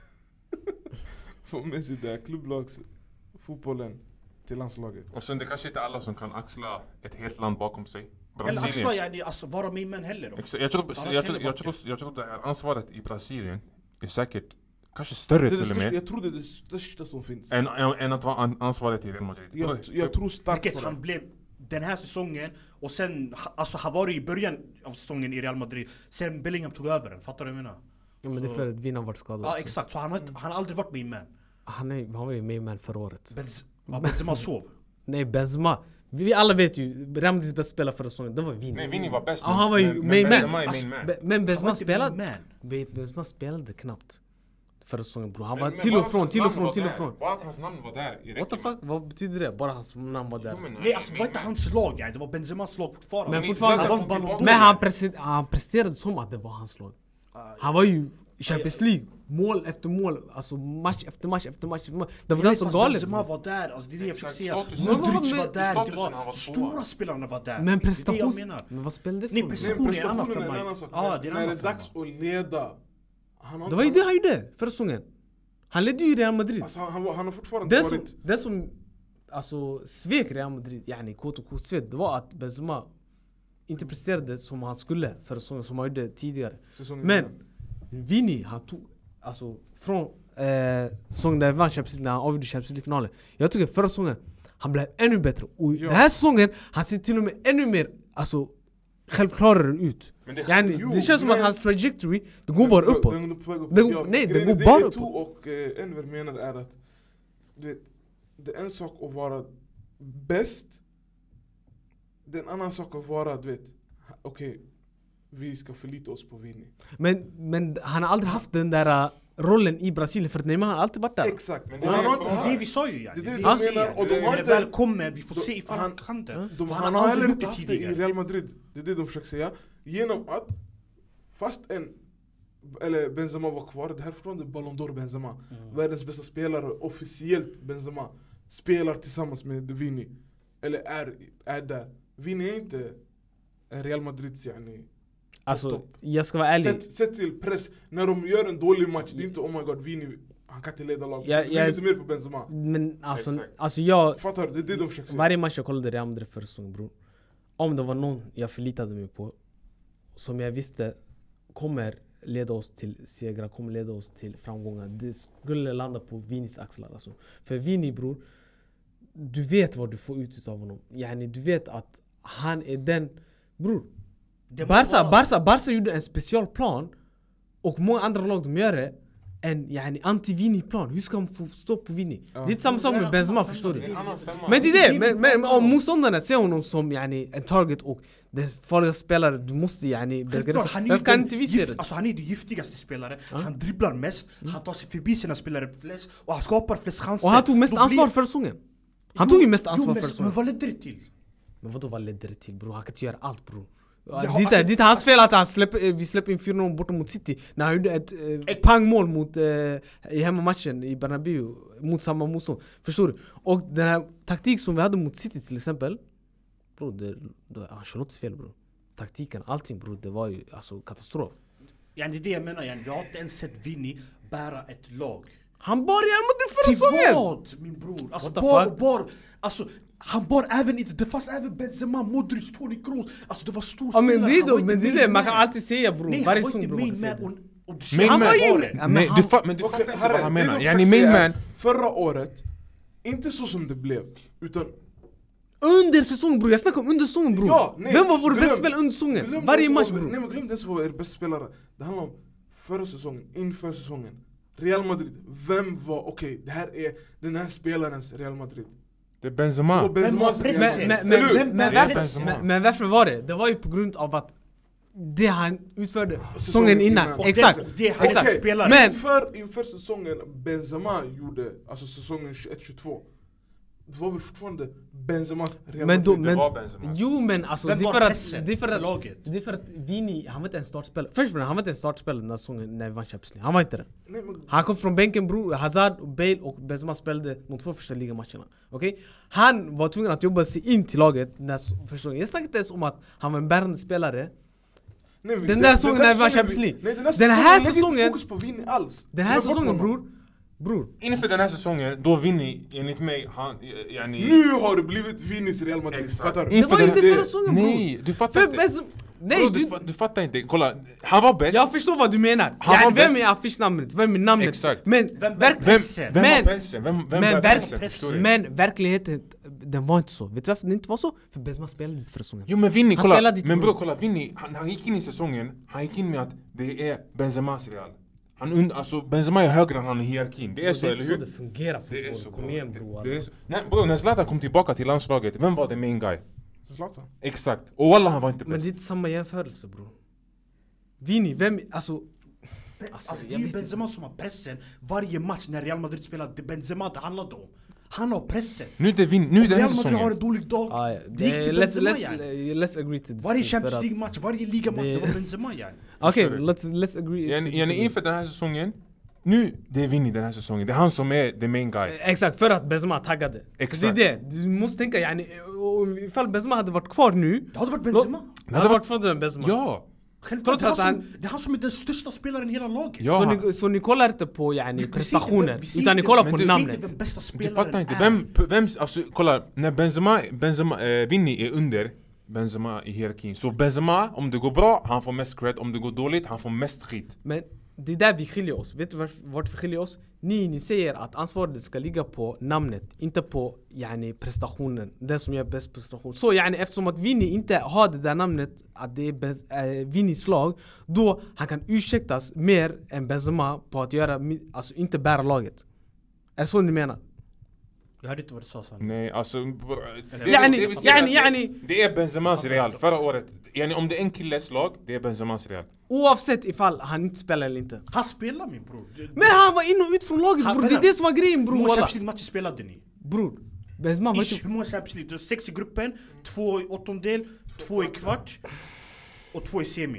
där klubblagsfotbollen till landslaget. Och sen det kanske inte alla som kan axla ett helt land bakom sig. Eller axla yani, alltså vara min man heller då. Jag tror det här ansvaret i Brasilien är säkert kanske större till och med. Jag tror det är det största som finns. Än att vara ansvaret i Real Madrid. Jag tror starkt på det. Han blev den här säsongen och sen, alltså han var i början av säsongen i Real Madrid. Sen Bellingham tog över den, fattar du vad jag menar? Ja, men det är för att Vini har varit skadad. Ja exakt, så han har aldrig varit min man. Han var ju min man förra året. Benzema sov. Nej, Benzema. Vi alla vet ju, Real Madrids bästa spelare förra säsongen, det var Vini. Nej, Vini var bäst. Han var ju main man. Men Benzema spelade knappt förra säsongen bro. Han var till och från. Bara att hans namn var där. What the fuck? Vad betyder det? Bara hans namn var där. Nej, alltså det var inte hans lag, det var Benzemas lag fortfarande. Men han presterade som att det var hans lag. Han var ju Champions League. Mål efter mål, alltså match efter match. Det var ganska galet. Benzema var där, alltså det är det jag fick säga. Statusen var där, det han var var stora spelarna var där. Men prestation, det är det jag menar. men vad spelade det Nej, för? prestation är en annan för mig. Det är när det är dags att leda. Det var ju det han gjorde förra säsongen. Han ledde ju Real Madrid. Alltså han har fortfarande varit... Det som alltså svek Real Madrid, yani kvot svek, det var att Benzema inte presterade som han skulle förra säsongen, som han gjorde tidigare. Men Vini, han tog alltså från säsongen där han vann Champions League, när han avgjorde Champions League-finalen. Jag tycker förra säsongen han blev ännu bättre. Och den här säsongen han ser till och med ännu mer alltså självklarare ut. Det känns som att hans trajectory, det går bara uppåt. Det går bara uppåt. Och Enver menar är att det är en sak att vara bäst. Det är en annan sak att vara, du vet, okej, vi ska förlita oss på Vini. Men han har aldrig haft den där rollen i Brasilien, för att Neymar har alltid varit där. Exakt. Men det är det vi sa ju. Det är det jag menar. Och de har inte... Välkommen, vi får se ifall han kan det. Han har heller inte haft det i Real Madrid. Det är det de försöker säga. Genom att, fast Benzema var kvar, det här är fortfarande Ballon d'Or Benzema. Världens bästa spelare, officiellt Benzema, spelar tillsammans med Vini. Eller är där. Vini är inte Real Madrids alltså, jag ska vara ärlig. Sätt till press. När de gör en dålig match, det är inte oh my god, Vini, han kan inte leda lag. Vini är mer på Benzema. Men alltså jag... Fattar, det är det de försöker säga. Varje match jag kollade Real Madrid förra säsongen, bror. Om det var någon jag förlitade mig på, som jag visste kommer leda oss till segrar, kommer leda oss till framgångar, det skulle landa på Vinis axlar alltså. För Vini, bror, du vet vad du får ut av honom. Du vet att han är den, bror. Barca gjorde en specialplan och många andra lag de gör det, en anti-Vini-plan. Hur ska man få stå på Vini? Det är inte samma sak med Benzema, förstår du? Men det är det, men om motståndarna ser honom som en target och den farliga spelare, du måste varför kan inte vi se det? Alltså han är det giftigaste spelare, han dribblar mest, han tar sig förbi sina spelare flest och han skapar flest chanser. Och han tog mest ansvar för säsongen. Han tog ju mest ansvar för säsongen. Men vad ledde det till? Men vad ledde det till, bror? Han kan inte göra allt, bror. Det är hans fel att vi släpper in 4-0 borta mot City. När han gjorde ett pangmål mot i hemmamatchen i Bernabéu mot samma motstånd. Förstår du? Och den här taktik som vi hade mot City till exempel, bro, det Ancelottis fel, bro. Taktiken, allting, bro, det var ju alltså katastrof. Det är det jag menar, jag har inte ens sett Vini bära ett lag. Han bar Real Madrid förra säsongen! Till vad, min bror? Alltså alltså han bar även inte, det fanns även Benzema, Modric, Toni Kroos. Alltså det var stor spelare. Men det är det man kan alltid säga, bror. Nej, varje han var säsong, inte main bror. Han var ju men du fattar inte vad han menar. Main man. Förra året, inte så som det blev, utan under säsongen, bror. Jag snackar om under säsongen, bror. Ja, vem var vår bästa spelare under säsongen? Varje match, bror. Nej, men glöm det som var er bästa spelare. Det handlar om förra säsongen, inför säsongen. Real Madrid, vem var okej, det här är den här spelarens Real Madrid. Det är Benzema. Men varför var det? Det var ju på grund av att det han utförde säsongen innan. Exakt. Spelare. Men inför säsongen Benzema gjorde, alltså säsongen 21-22. Det var väl fortfarande Benzemas Real Madrid. Det var Benzema. Jo, men alltså det är för att Vini, han var inte en startspelare. Först och främst, han var inte en startspelare den här säsongen när vi vann Champions League. Han var inte det. Han kom från bänken, bror. Hazard, Bale och Benzema spelade mot 2 första ligamatcherna. Okej? Han var tvungen att jobba sig in till laget när första gången. Jag snackade inte ens om att han var en bärande spelare. Den där säsongen när vi vann Champions League. Den här säsongen fokus på Vini alls. Den här säsongen, bror. Inför den här säsongen, då Vini, enligt mig, nu har det blivit Vinis Real Madrid. Fattar du? Det var inte förra säsongen, bror. Nej, du fattar inte. Nej, du fattar inte. Kolla, han var bäst. Jag förstår vad du menar. Vem är affischnamnet? Vem är namnet? Exakt. Men vem var pressen? Men verkligheten, den var inte så. Vet du varför den inte var så? För Benzema spelade dit för säsongen. Jo, men Vini, kolla. Men bror, kolla, Vini, han gick in i säsongen. Han gick in med att det är Benzemas Real. Alltså Benzema är högre än han i hierarkin. Det är så, eller hur? Det fungerar fotboll. Kom igen, bror. Nej, bror, när Zlatan kom tillbaka till landslaget, vem var det main guy? Zlatan. Exakt. Och wallah, han var inte bäst. Men det är inte samma jämförelse, bror. Vini, vem, alltså det är ju Benzema som har pressen varje match när Real Madrid spelar. Det Benzema det handlade om. Han har pressen. Nu är det den här Real Madrid säsongen. har en dålig dag. Let's agree to this. Varje Champions League-match, varje ligamatch, det var Benzema yani. Okej, let's agree to Yani inför den här säsongen. Nu, det är Vinny den här säsongen. Det är han som är the main guy. Exakt, för att Benzema taggade. Exakt. Det är det. Du måste tänka, yani, ifall Benzema hade varit kvar nu. Det hade varit Benzema. Det hade varit för Benzema. Ja. Trots att det är han som är den största spelaren i hela laget. Ja, så ni kollar inte på yani prestationer, utan ni kollar på namnet. Den bästa du spelaren fattar inte. Vem, alltså kolla. När Benzema Vinny är under Benzema i hierarkin. Så Benzema, om det går bra, han får mest cred. Om det går dåligt, han får mest skit. Men det är där vi skiljer oss. Vet du vart vi skiljer oss? Ni säger att ansvaret ska ligga på namnet, inte på yani prestationen. Den som gör bäst prestation. Så yani, eftersom att Vinny inte har det där namnet, att det är Vinnys lag, då han kan ursäktas mer än Benzema på att göra, alltså inte bära laget. Är det så ni menar? Jag hörde inte vad du sa. Nej, alltså... Det är Benzemas Real. Förra året. Yani, om det är en killes lag, det är Benzemas Real. Oavsett ifall han inte spelar eller inte. Han spelar min bror. Men han var in och ut från laget bror. Det är det som var grejen bror. Hur många Champions League-matcher spelade ni? Bror. Benzema var inte... Hur många Champions League? Du har 6 i gruppen, 2 i åttondel, 2 i kvart och 2 i semin.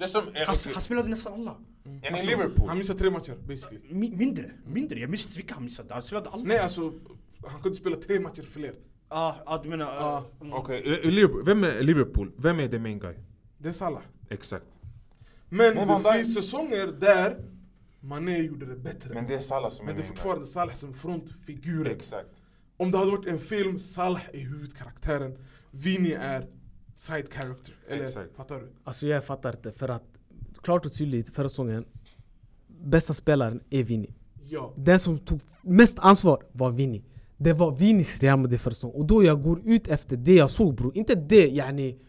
Han spelade nästan alla. I Liverpool. Han missade 3 matcher basically. Mindre. Jag missade vilka han missade. Han spelade alla. Nej alltså, han kunde spela 3 matcher fler. Du menar... Okej, vem är Liverpool? Vem är the main guy? Det är Salah. Exakt. Men det finns säsonger där Mané gjorde det bättre. Men det är Salah som är men det är fortfarande Salah som frontfigur. Exakt. Om det hade varit en film, Salah är huvudkaraktären, Vinny är side character. Eller exakt. Fattar du? Alltså jag fattar inte, för att klart och tydligt förra säsongen, bästa spelaren är Vinny. Ja. Den som tog mest ansvar var Vinny. Det var Vinnys Real Madrid förra säsongen. Och då jag går ut efter det jag såg bror. Inte det yani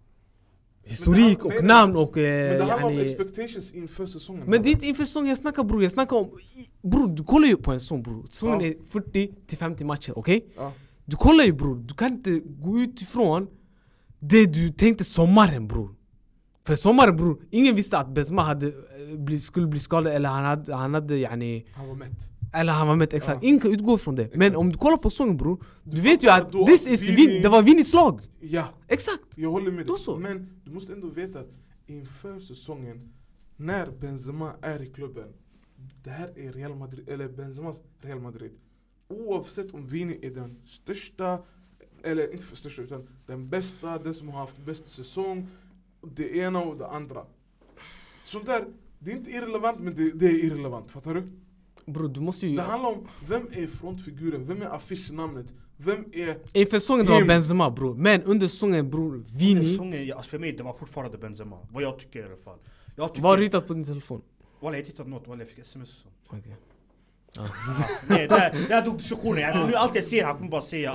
historik och namn och men det handlar om expectations inför säsongen. Men det är inte inför säsongen jag snackar bror. Jag snackar om bror, du kollar ju på en sån bror. Säsongen är 40-50 matcher, okej? Ja. Du kollar ju bror. Du kan inte gå utifrån det du tänkte sommaren bror. För sommaren bror, ingen visste att Benzema skulle bli skadad eller han hade yani... Han var mätt. Eller han var mätt, exakt. Ingen kan utgå från det. Exakt. Men om du kollar på sången bror, du vet ju att det var Vinnys lag. Ja. Exakt. Jag håller med dig. Men du måste ändå veta att inför säsongen, när Benzema är i klubben, det här är Real Madrid, eller Benzemas Real Madrid. Oavsett om Vinny är den största, eller inte för största utan den bästa, den som har haft bäst säsong, det ena och det andra. Sånt där, det är inte irrelevant men det är irrelevant, fattar du? Bro, du måste ju... Det handlar om vem är frontfiguren, vem är affischnamnet, vem är... Inför säsongen det var Benzema bror, men under säsongen bror, Vinny... Alltså för mig det var fortfarande Benzema, vad jag tycker i alla fall. Vad har du hittat på din telefon? Walla jag tittat något, walla jag fick sms och sånt. Okej. Nej, där dog diskussionen. Nu allt jag ser han kommer bara säga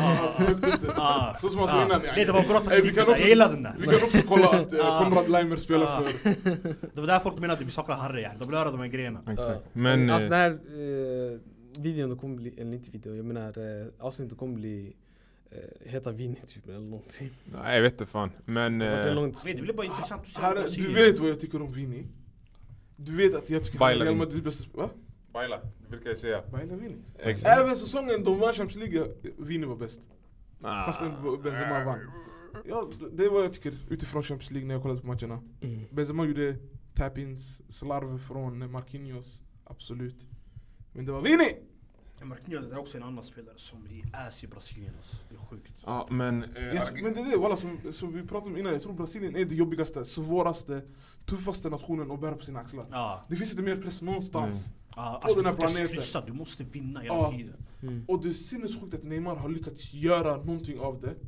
så som han sa innan. Nej, det var bra taktik. Jag gillade den där. Vi kan också kolla att Konrad Leimer spelar för... Det var där folk menade att vi saknar Harry. De vill höra de här grejerna. Exakt. Men alltså den här videon kommer bli, eller inte video, jag menar avsnittet kommer bli heta Vinny typ eller någonting. Nej, jag vet inte fan. Men... det blir bara intressant att se. Du vet vad jag tycker om Vinny. Du vet att jag tycker att Real Madrid bästa... Va? Baila, det brukar jag säga. Baila Vinny. Exakt. Även säsongen de vann Champions League, Vinny var bäst. Fast Benzema vann. Ja, det är vad jag tycker utifrån Champions League när jag kollade på matcherna. Benzema gjorde tap-ins, slarv från Marquinhos, absolut. Men det var Vinny! Marquinhos är också en annan spelare som är ass i Brasilien. Det är sjukt. Ja, men... men det är det, walla, som vi pratade om innan. Jag tror Brasilien är det jobbigaste, svåraste, tuffaste nationen att bära på sina axlar. Det finns inte mer press någonstans. På den här planeten. Du måste vinna hela tiden. Och det är sinnessjukt att Neymar har lyckats göra någonting av det.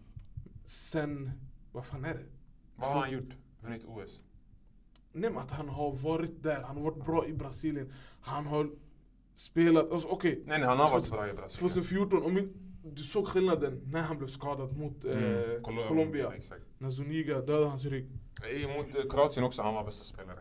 Sen, vad fan är det? Vad har han gjort? Vunnit OS? Nej men att han har varit där, han har varit bra i Brasilien. Han har spelat, alltså okej. Nej han har varit bra i Brasilien. 2014, du såg skillnaden när han blev skadad mot Colombia. Exakt. När Zuniga dödade hans rygg. Mot Kroatien också, han var bästa spelare.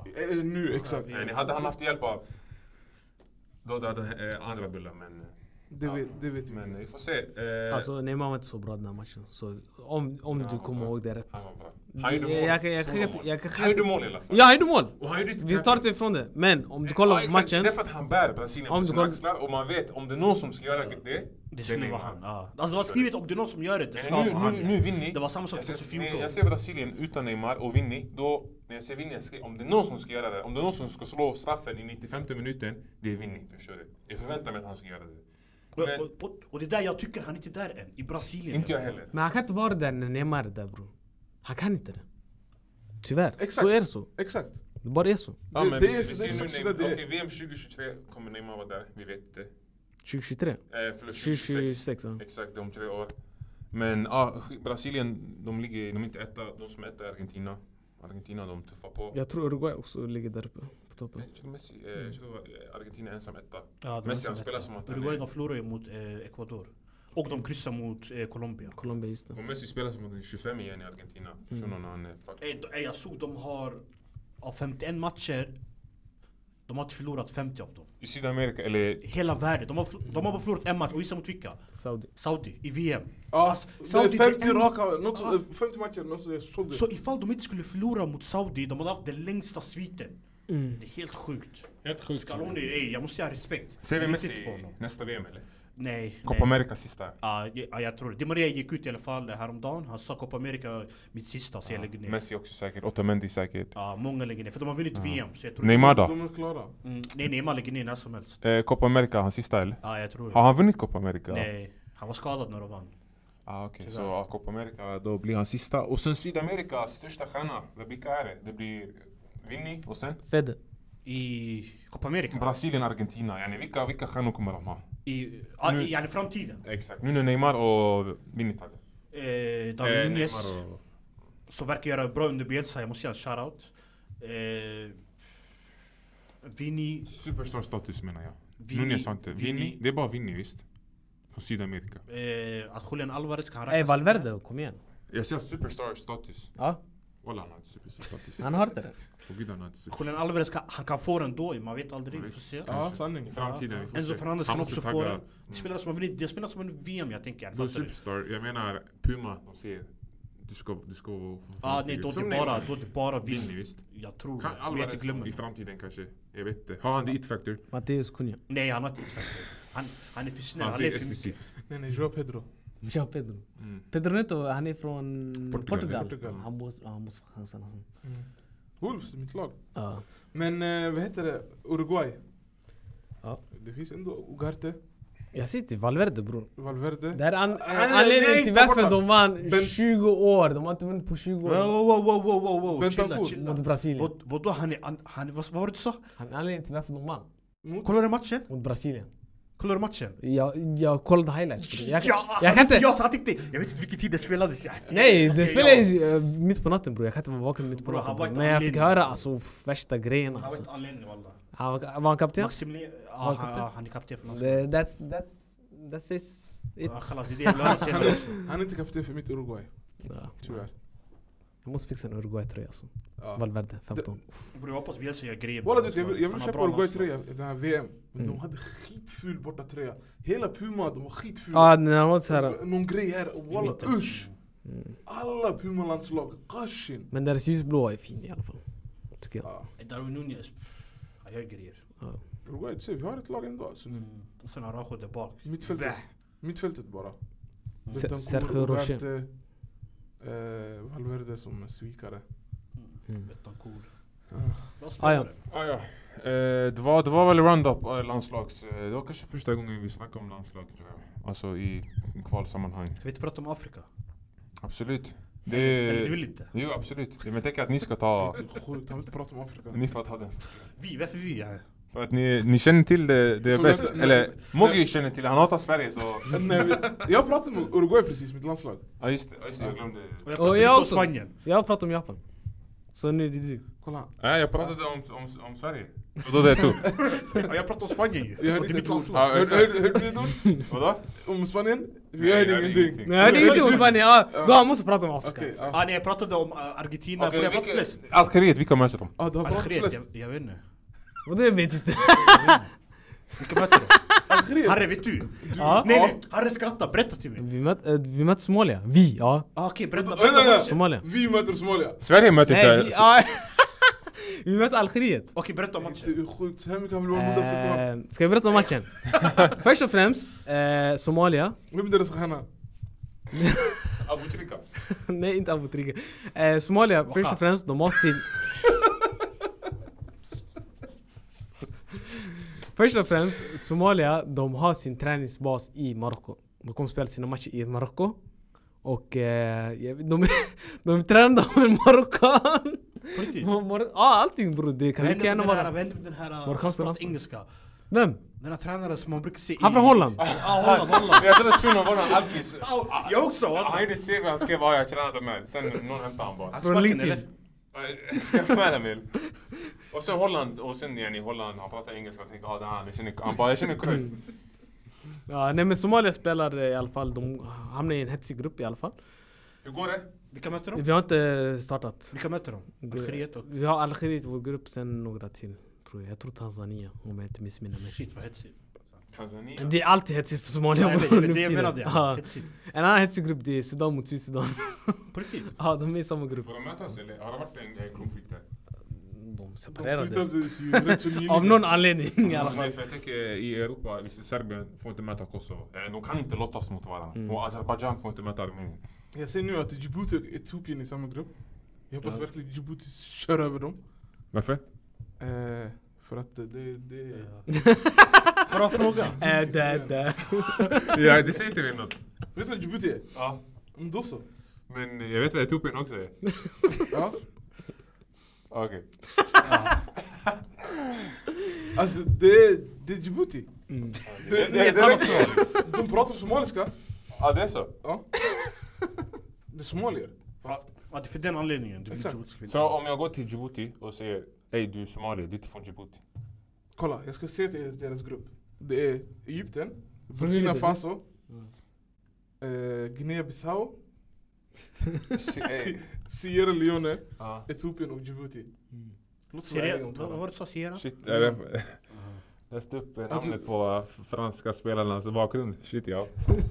Nu, exakt. Nej, hade han haft hjälp av... Då hade andra bullar, men... Det vet vi. Men vi får se. Alltså Neymar var inte så bra den här matchen. Så om du kommer ihåg det rätt. Han var bra. Han gjorde mål i alla fall. Ja, han gjorde mål! Och han gjorde inte Vi tar det ifrån det. Men om du kollar på matchen. Det är för att han bär Brasilien på sina axlar. Och man vet, om det är någon som ska göra det skulle vara han. Alltså det var skrivet om det är någon som gör det ska vara han. Nu Vinny. Det var samma sak 2014. Jag ser Brasilien utan Neymar och Vinny. Då, när jag ser Vinny, om det är någon som ska göra det. Om det är någon som ska slå straffen i 95:e minuten. Det är Vinny, förstår du. Jag förväntar mig att han ska göra det. Och det där jag tycker han inte där än, i Brasilien. Inte jag heller. Men han kan inte vara där när Neymar är där, bro. Han kan inte det. Tyvärr. Exakt. Så är det så. Exakt. Det bara är så. Ja, men det vi är ser exakt nu så det är. Okej, VM 2023 kommer Neymar vara där. Vi vet inte. 2023? Förlåt, 2026, ja. Exakt, om 3 år. Men Brasilien, de är inte etta. De som är etta är Argentina. Argentina, de tuffar på. Jag tror Uruguay också ligger där uppe på toppen. Jag tror Argentina är ensam etta. Ja, Messi han spelar som att Uruguay de förlorar ju mot Ecuador. Och de kryssar mot Colombia. Colombia, just det. Och Messi spelar som att han är 25 igen i Argentina. Han är Jag såg de har av 51 matcher. De har inte förlorat 50 av dem. I Sydamerika eller hela världen. De har bara förlorat en match och gissa mot vilka? Saudi i VM. Ja, Saudi 50 raka, 50 matcher, något så. Så ifall de inte skulle förlora mot Saudi, de hade haft den längsta sviten. Det är helt sjukt. Helt sjukt. Scaloni, jag måste ha respekt. Ser vi Messi nästa VM eller? Nej. Copa America sista? Ja, jag tror det. Di Maria gick ut i alla fall häromdagen. Han sa Copa America mitt sista, så jag lägger ner. Messi också säkert, Otamendi säkert. Ja, många lägger ner. För de har vunnit VM. Så jag tror Neymar då? De är klara. Nej, Neymar lägger ner när som helst. Copa America, han sista eller? Ja, jag tror det. Har han vunnit Copa America? Nej, han var skadad när de vann. Okej. Så Copa America, då blir han sista. Och sen Sydamerika, största stjärna. Vilka är det? Det blir Vinny och sen? Fede. I Copa America? Brasilien, Argentina. Yani vilka stjärnor kommer de ha? I framtiden? Exakt. Nu när Neymar och Vinny taggar. David Nunez. Så verkar göra bra under Bielsa. Jag måste säga en shoutout. Vinny. Superstar status menar jag. Nunez har inte. Vinny. Det är bara Vinny visst. Från Sydamerika. Att Julian Alvarez kan räknas. Valverde, kom igen. Jag ser superstar status. Ja. Walla, han har inte superstar status. Han har inte det. Julian Alvarez han kan få den då, man vet aldrig. Vi får se. Ja, sanning. I framtiden, vi får se. Enzo Fernandes kan också få den. Det spelar som en VM, jag tänker. Då superstar, jag menar Puma, de säger du ska nej, då är det bara Vinny, visst. Jag tror kan Alvarez i framtiden kanske, jag vet inte. Har han det it-factor? Matteus Cunha. Nej, han har inte it-factor. Han är för snäll, han är för mycket. Nej, Joao Pedro. Pedro Neto, han är från Portugal. Han måste få chansen. Wolves, mitt lag. Ja. Men vad heter det? Uruguay. Ja. Det finns ändå Ugarte. Jag sitter Valverde, bror. Valverde. Det är anledningen till varför de vann 20 år. De har inte vunnit på 20 år. Wow. Chilla. Mot Brasilien. Vadå? Vad var det du sa? Han är anledningen till varför de vann. Kollar du matchen? Mot Brasilien. Kollar du matchen? Jag kollade highlights. Jag kan inte. Jag vet inte vilken tid det spelades. Nej, det spelades mitt på natten, bror. Jag kan inte vara vaken mitt på natten. Men jag fick höra alltså värsta grejerna. Han var inte anledning, wallah. Var han kapten? Han är kapten för That's it. Han är inte kapten för mitt Uruguay. Tyvärr. Jag måste fixa en Uruguay-tröja alltså. Valverde, 15. Jag hoppas Bielsa gör grejer. Jag vill köpa Uruguay-tröja i den här VM. Men de hade skitful borta tröja. Hela Puma, de var skitfula. Ja, den var inte såhär. Någon grej här, walla usch. Alla Puma-landslag, kashin. Men deras ljusblå är fin i alla fall. Tycker jag. Darwin Nunez, han gör grejer. Uruguay, du ser, vi har ett lag ändå. Och sen Araujo där bak. Mittfältet bara. Sergio Rocher. Valverde som svikare. Betancourt. Det var väl roundup landslags. Det var kanske första gången vi snackade om landslag. Alltså i kvalsammanhang. Vi inte prata om Afrika. Absolut. Men du vill inte? Jo, absolut. Men jag tänker att ni ska ta... Han vill inte prata om Afrika. Ni får ta det. Varför vi är? För att ni känner till det bäst. Eller Moggi känner till det. Han hatar Sverige så... Jag pratade med Uruguay precis, mitt landslag. Ja just det, jag glömde. Och jag också. Jag pratade om Japan. Så nu är det du. Kolla. Nej, jag pratade om Sverige. Så då det är du. Jag pratade om Spanien ju. Det är mitt landslag. Hörde du då? Vadå? Om Spanien? Vi hörde ingenting. Nej, det är inte om Spanien. Då han måste prata om Afrika. Nej, jag pratade om Argentina. Jag pratade flest. Algeriet, vilka möter de? Du har pratat flest. Jag vet inte. Och det vet inte. Vilka möter de? Algeriet. Harry, vet du? Ja. Nej, Harry skrattar. Berätta till mig. Vi mötte Somalia. Vi, ja. Okej, berätta. Somalia. Vi möter Somalia. Sverige möter Nej, inte... vi mötte Algeriet. Okej, berätta om matchen. Det är sjukt, så här mycket han vill vara nordafrikan. Ska vi berätta om matchen? Först och främst, Somalia. Vem är deras stjärna? Abu Trika. Nej, inte Abu Trika. Somalia, först och främst, de har sin... Först och främst, Somalia, de har sin träningsbas i Marocko. De kommer spela sina matcher i Marocko. Och de tränar med Marockan. Allting bror. Det kan inte gärna vara... Vad hände med den här engelska? Vem? Den här tränare som man brukar se i... Han från Holland. Holland. Jag kände shunon var någon alkis. Jag också. Han gjorde CV, han skrev vad jag tränade med. Sen någon hämtade han bara. Från LinkedIn. Ska jag med Emil? Och sen Holland, och sen igen i Holland, han pratar engelska och tänker det här, jag känner kul. Ja, nej men Somalia spelar i alla fall, de hamnar i en hetsig grupp i alla fall. Hur går det? Vilka möter de? Vi har inte startat. Vilka möter de? Algeriet och... Vi har Algeriet i vår grupp, sen några till. Jag tror Tanzania, om jag inte missminner mig. Shit, vad hetsigt. Tanzania? Det är alltid hetsigt för Somalia. Det menade jag. En annan hetsig grupp, det är Sudan mot Sydsudan. På riktigt? Ja, de är i samma grupp. Får de mötas eller har det varit en konflikt där? De separerades. De Av någon anledning i alla fall. Nej, för jag tänker i Europa, visst Serbien får inte möta Kosovo. De kan inte lottas mot varandra. Och Azerbaijan får inte möta Armenien. Jag ser nu att Djibouti och Etiopien är i samma grupp. Jag hoppas verkligen Djibouti kör över dem. Varför? För att det... Bra fråga. Ja, det säger inte vi något. Vet du vad Djibouti är? Ja. Då så. Men jag vet vad Etiopien också är. Ja. Okej. Alltså det är Djibouti. Det De pratar somaliska. Ja, det är så. Ja. Det är somalier. Ja, det är för den anledningen du vill Exakt. Så om jag går till Djibouti och säger hej du är somalier, du är inte från Djibouti. Kolla, jag ska se till deras grupp. Det är Egypten, Burkina Faso, Guinea-Bissau, Sierra Leone, Etiopien och Djibouti. Vad var det du sa, Sierra? Shit, läste upp namnet på franska spelarnas bakgrund. Shit, ja.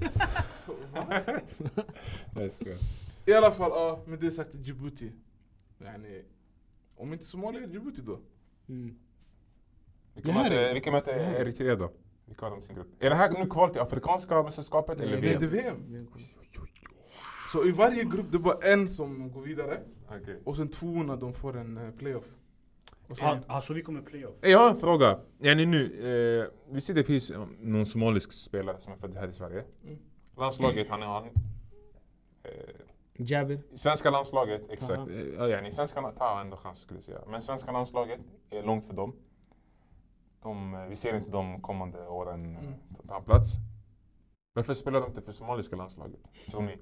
Jag skojar. I alla fall, ja, med det sagt Djibouti. Yani, om inte Somalia, Djibouti då? Vilka möter Eritrea då? Vilka har de sin grupp? Är det här nu kval till afrikanska mästerskapet eller VM? Nej, det är VM. Så i varje grupp det är bara en som går vidare. Okay. Och sen tvåorna de får en playoff. Så vi kommer playoff. Jag har en fråga. Nu, vi ser det finns någon somalisk spelare som är född här i Sverige. Landslaget, han Jabir. Svenska landslaget, exakt. I svenska tar ändå chans skulle jag säga. Men svenska landslaget är långt för dem. Vi ser inte de kommande åren ta en plats. Varför spelar de inte för somaliska landslaget? Tror ni?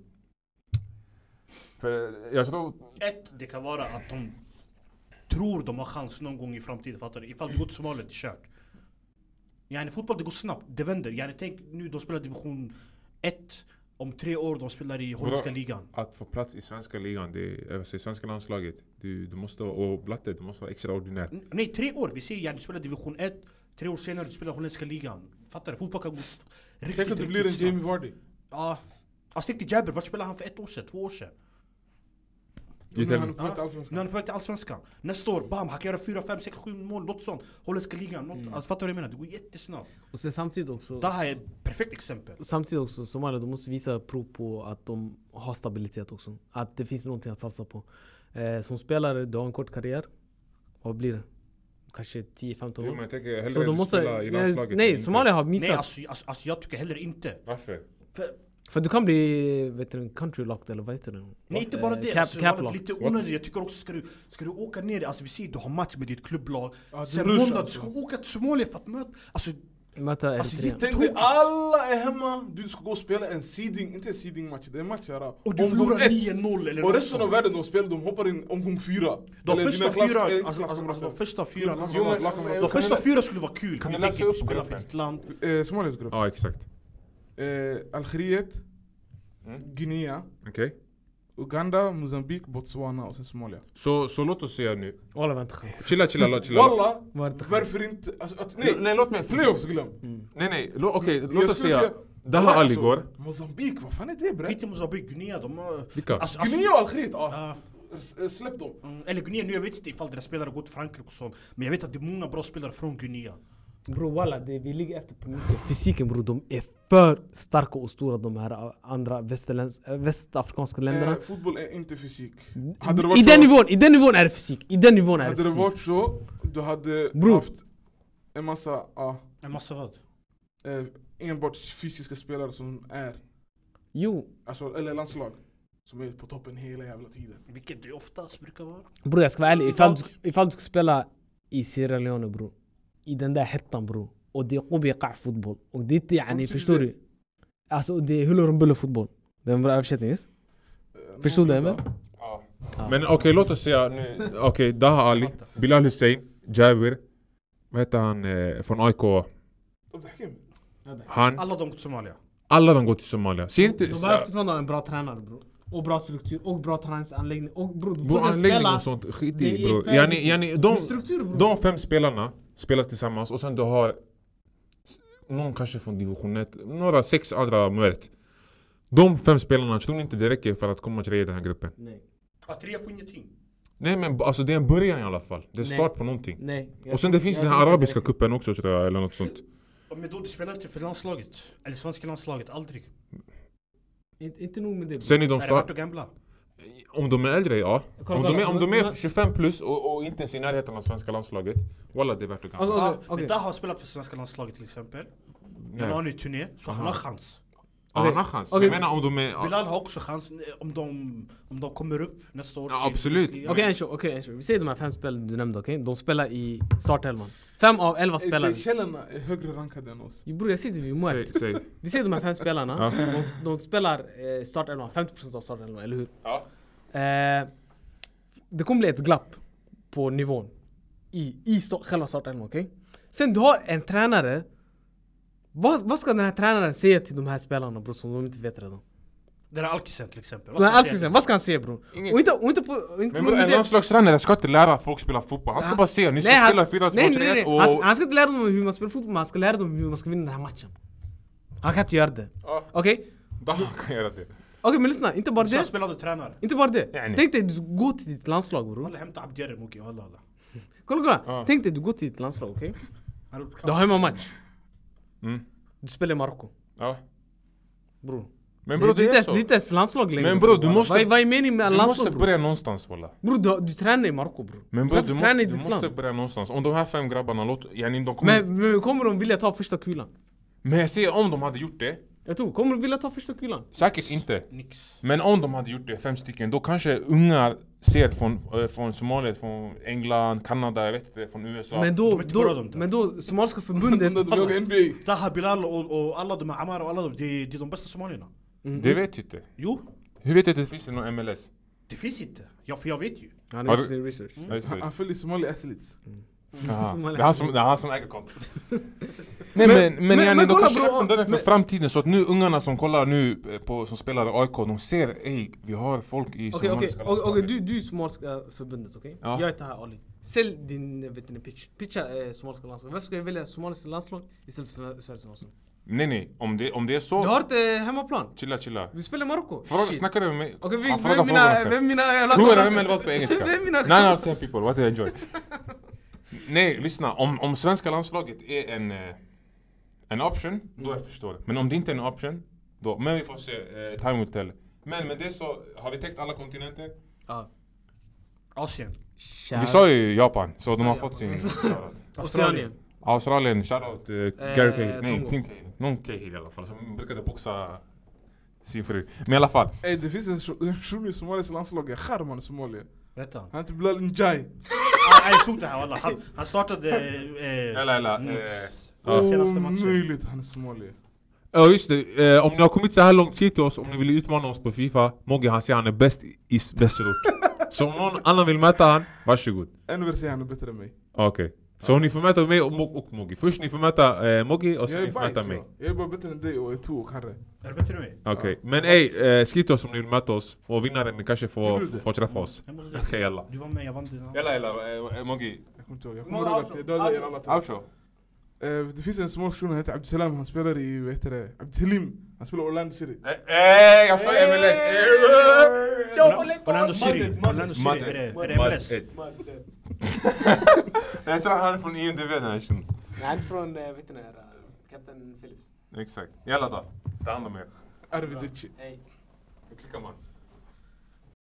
För jag tror... Det kan vara att de tror de har chans någon gång i framtiden, fattar du? Ifall du går till Somalia, det är kört. Fotboll det går snabbt, det vänder. Tänk nu, de spelar division 1. Om 3 år de spelar i holländska ligan. Att få plats i svenska ligan, i svenska landslaget, du måste, och Blatte, du måste vara extraordinär. Nej, 3 år. Vi ser du spelar division 1. 3 år senare du spelar holländska ligan. Fattar du? Fotboll kan gå riktigt. Tänk att det blir en Jamie Vardy. Ja. Tänk till Jabber, vart spelade han för 1 år sedan, 2 år sedan? Nu är han på väg till Allsvenskan. Nästa år, bam, han kan göra 4, 5, 6, 7 mål, något sånt. Holländska ligan, fattar du vad jag menar? Det går jättesnabbt. Och sen samtidigt också... Det här är ett perfekt exempel. Samtidigt också, Somalia, de måste visa prov på att de har stabilitet också. Att det finns någonting att satsa på. Som spelare, du har en kort karriär. Vad blir det? Kanske 10-15 år. Jo, men jag tänker hellre du spela i landslaget. Nej, Somalia har missat. Nej, alltså jag tycker heller inte. Varför? För du kan bli country locked eller vad heter det? Nej, inte bara det. Cap lite onödigt. Jag tycker också ska du åka ner, alltså vi ser du har match med ditt klubblag. Sen måndag du ska åka till Somalia för att möta Eritrea. Tänk dig, alla är hemma, du ska gå och spela en seeding, inte en seeding match, det är en match här. Och du förlorar 9-0 eller och resten av världen de spelar, de hoppar in omgång 4. De första fyra skulle vara kul. Kan du läsa upp spela för ditt land? Somalias grupp. Ja, exakt. Algeriet, Guinea, Uganda, Mozambique, Botswana och sen Somalia. Så låt oss säga nu. Walla vänta chans. Chilla. Walla, varför inte? Alltså, Nej, låt mig. Playoffs glöm. Nej. Okej, låt oss säga. Det här Ali går. Mozambique, vad fan är det bre? Skit i Mozambique, Guinea, de har... Vilka? Guinea och Algeriet, släpp dem. Eller Guinea, nu jag vet inte ifall deras spelare går till Frankrike och sånt. Men jag vet att det är många bra spelare från Guinea. Bro walla, vi ligger efter på mycket. Fysiken bro, de är för starka och stora de här andra västafrikanska länderna. Fotboll är inte fysik. I den nivån är det fysik. Hade det varit så, du hade haft en massa... En massa vad? Enbart fysiska spelare som är... Jo. Alltså, eller landslag. Som är på toppen hela jävla tiden. Vilket det oftast brukar vara. Bro, jag ska vara ärlig. Ifall du ska spela i Sierra Leone bro. I den där hettan bro. Och det är قبيقع fotboll. Och det är inte yani, förstår du? Alltså det är huller och buller fotboll. Det är en bra översättning. Förstår du eller? Ja. Men okej, låt oss säga nu. Okej, Daha Ali, Bilal Hussein, Jabir. Vad heter han från AIK? Han. Alla de går till Somalia. Alla de går till Somalia. Ser inte de behöver fortfarande en bra tränare bro. Och bra struktur och bra träningsanläggning och bro, anläggning och sånt skit i bro. Yani de 5 spelarna spelar tillsammans och sen du har någon kanske från division 1, några 6 andra möjligt. De 5 spelarna tror inte det räcker för att komma till den här gruppen. Nej. Att 3 får ingenting. Nej men alltså det är en början i alla fall. Det är start på någonting. Nej. Och sen det finns den här arabiska kuppen också tror jag eller något sånt. Men då du spelar inte för landslaget eller svenska landslaget aldrig. Inte nog med det. Sen är de start och gamla. Om de är äldre, ja. Om de är 25 plus och inte ens i närheten av svenska landslaget. Walla, det är värt att gamla. Men där har spelat för svenska landslaget till exempel. När han är i turné så han har chans. Han har chans. Jag menar om de är... Bilal har också chans om de kommer upp nästa år. Ja, absolut. Okej, vi säger de här 5 spelarna du nämnde, okej? De spelar i startelvan. 5 av 11 spelare. Seychellerna är högre rankade än oss. Jo bror, jag sitter vid mål. Vi säger de här 5 spelarna. De spelar startelvan, 50% av startelvan, eller hur? Ja. Det kommer bli ett glapp på nivån i själva startelvan, okej? Sen du har en tränare. Vad ska den här tränaren säga till de här spelarna bro som de inte vet redan? Det är Alkisen till exempel. Vad ska han säga bro? Men en landslagstränare ska inte lära folk spela fotboll. Han ska bara säga ni ska spela 4-2-3-1 och... Han ska inte lära dem hur man spelar fotboll, han ska lära dem hur man ska vinna den här matchen. Han kan inte göra det. Okej? Han kan göra det. Okej, men lyssna, inte bara det. Spelade tränare. Inte bara det. Tänk dig du går till ditt landslag bro. Alla hämta Abdiare Muki och alla. Kolla. Tänk dig du går till ditt landslag, okej? Du har hemmamatch. Du spelar i Marocko. Ja. Bro. Men bro, det är så. Det är inte ens landslag längre. Men bro, du måste... Vad är meningen med landslag, Du måste börja någonstans, walla. Bro, du tränar i Marocko, bro. Men bro, du måste börja någonstans. Om de här 5 grabbarna de kommer... Men kommer de vilja ta första kulan? Men jag säger om de hade gjort det. Jag tror, kommer de vilja ta första kulan? Säkert inte. Men om de hade gjort det, 5 stycken, då kanske unga ser från Somalia, från England, Kanada, jag vet inte, från USA. Men då somaliska förbundet... Där har Bilal och alla de här Amar och alla det är de bästa somalierna. Det vet jag inte. Jo. Hur vet du att det finns någon MLS? Det finns inte. Ja, för jag vet ju. Han är sin research. Han följer Somali Athletes. Det är han som äger kontot. Men jag kanske öppnar den för framtiden så att nu ungarna som kollar nu på som spelar AIK, de ser vi har folk i somaliska landslaget. Okej, du är somaliska förbundet, okej? Ja. Jag är inte här Ali. Sälj din pitcha somaliska landslag. Varför ska jag välja somaliska landslag istället för Sveriges landslag? Nej, om det är så... Du har inte hemmaplan. Chilla. Vi spelar i Marocko. Snackar du med mig? Okej, vem mina jävla... Vem är det på engelska? 9 out of 10 people, what do you enjoy? Nej, lyssna. Om svenska landslaget är en option, då jag förstår. Men om det inte är en option, då... Men vi får se, time will tell. Men med det så har vi täckt alla kontinenter. Ja. Asien. Vi sa ju Japan, så de har fått sin... Australien, shoutout Gary Cahill. Nej, Tim Cahill. Någon Cahill i alla fall, som brukade boxa sin fru. Men i alla fall. Det finns en person i Somalias landslag, Kharman i Somalia. Vet han? Han heter Bilal Njai. Jag såg det här, han startade... senaste matchen. Möjligt, han är Somalia. Ja just det, om ni har kommit så här långt till oss, om ni vill utmana oss på FIFA, Mogge han säger han är bäst i Västerort. Så om någon annan vill möta han, varsågod. En vill säga han är bättre än mig. Okej. Så ni får möta mig och Mogi. Först ni får möta Mogi och sen ni får möta mig. Jag är bara bättre än dig och Eto och Harry. Är du bättre än mig? Okej, men skriv till oss om ni vill möta oss. Och vinnaren ni kanske får träffa oss. Okej, jalla. Du var med, jag vann dina. Jalla, Mogi. Jag kommer ihåg att jag dödade er alla tre. Outro. Det finns en small shuno, han heter Abdisalam, han spelar i, vad heter det, Abdisalim. Han spelar Orlando City. Jag sa MLS. Orlando City, är det MLS? Jag tror han är från IMDb här. Han är från, vet ni, Captain Phillips. Exakt. Jalla då. Ta hand om er. Arrivederci. Hej. Klicka man.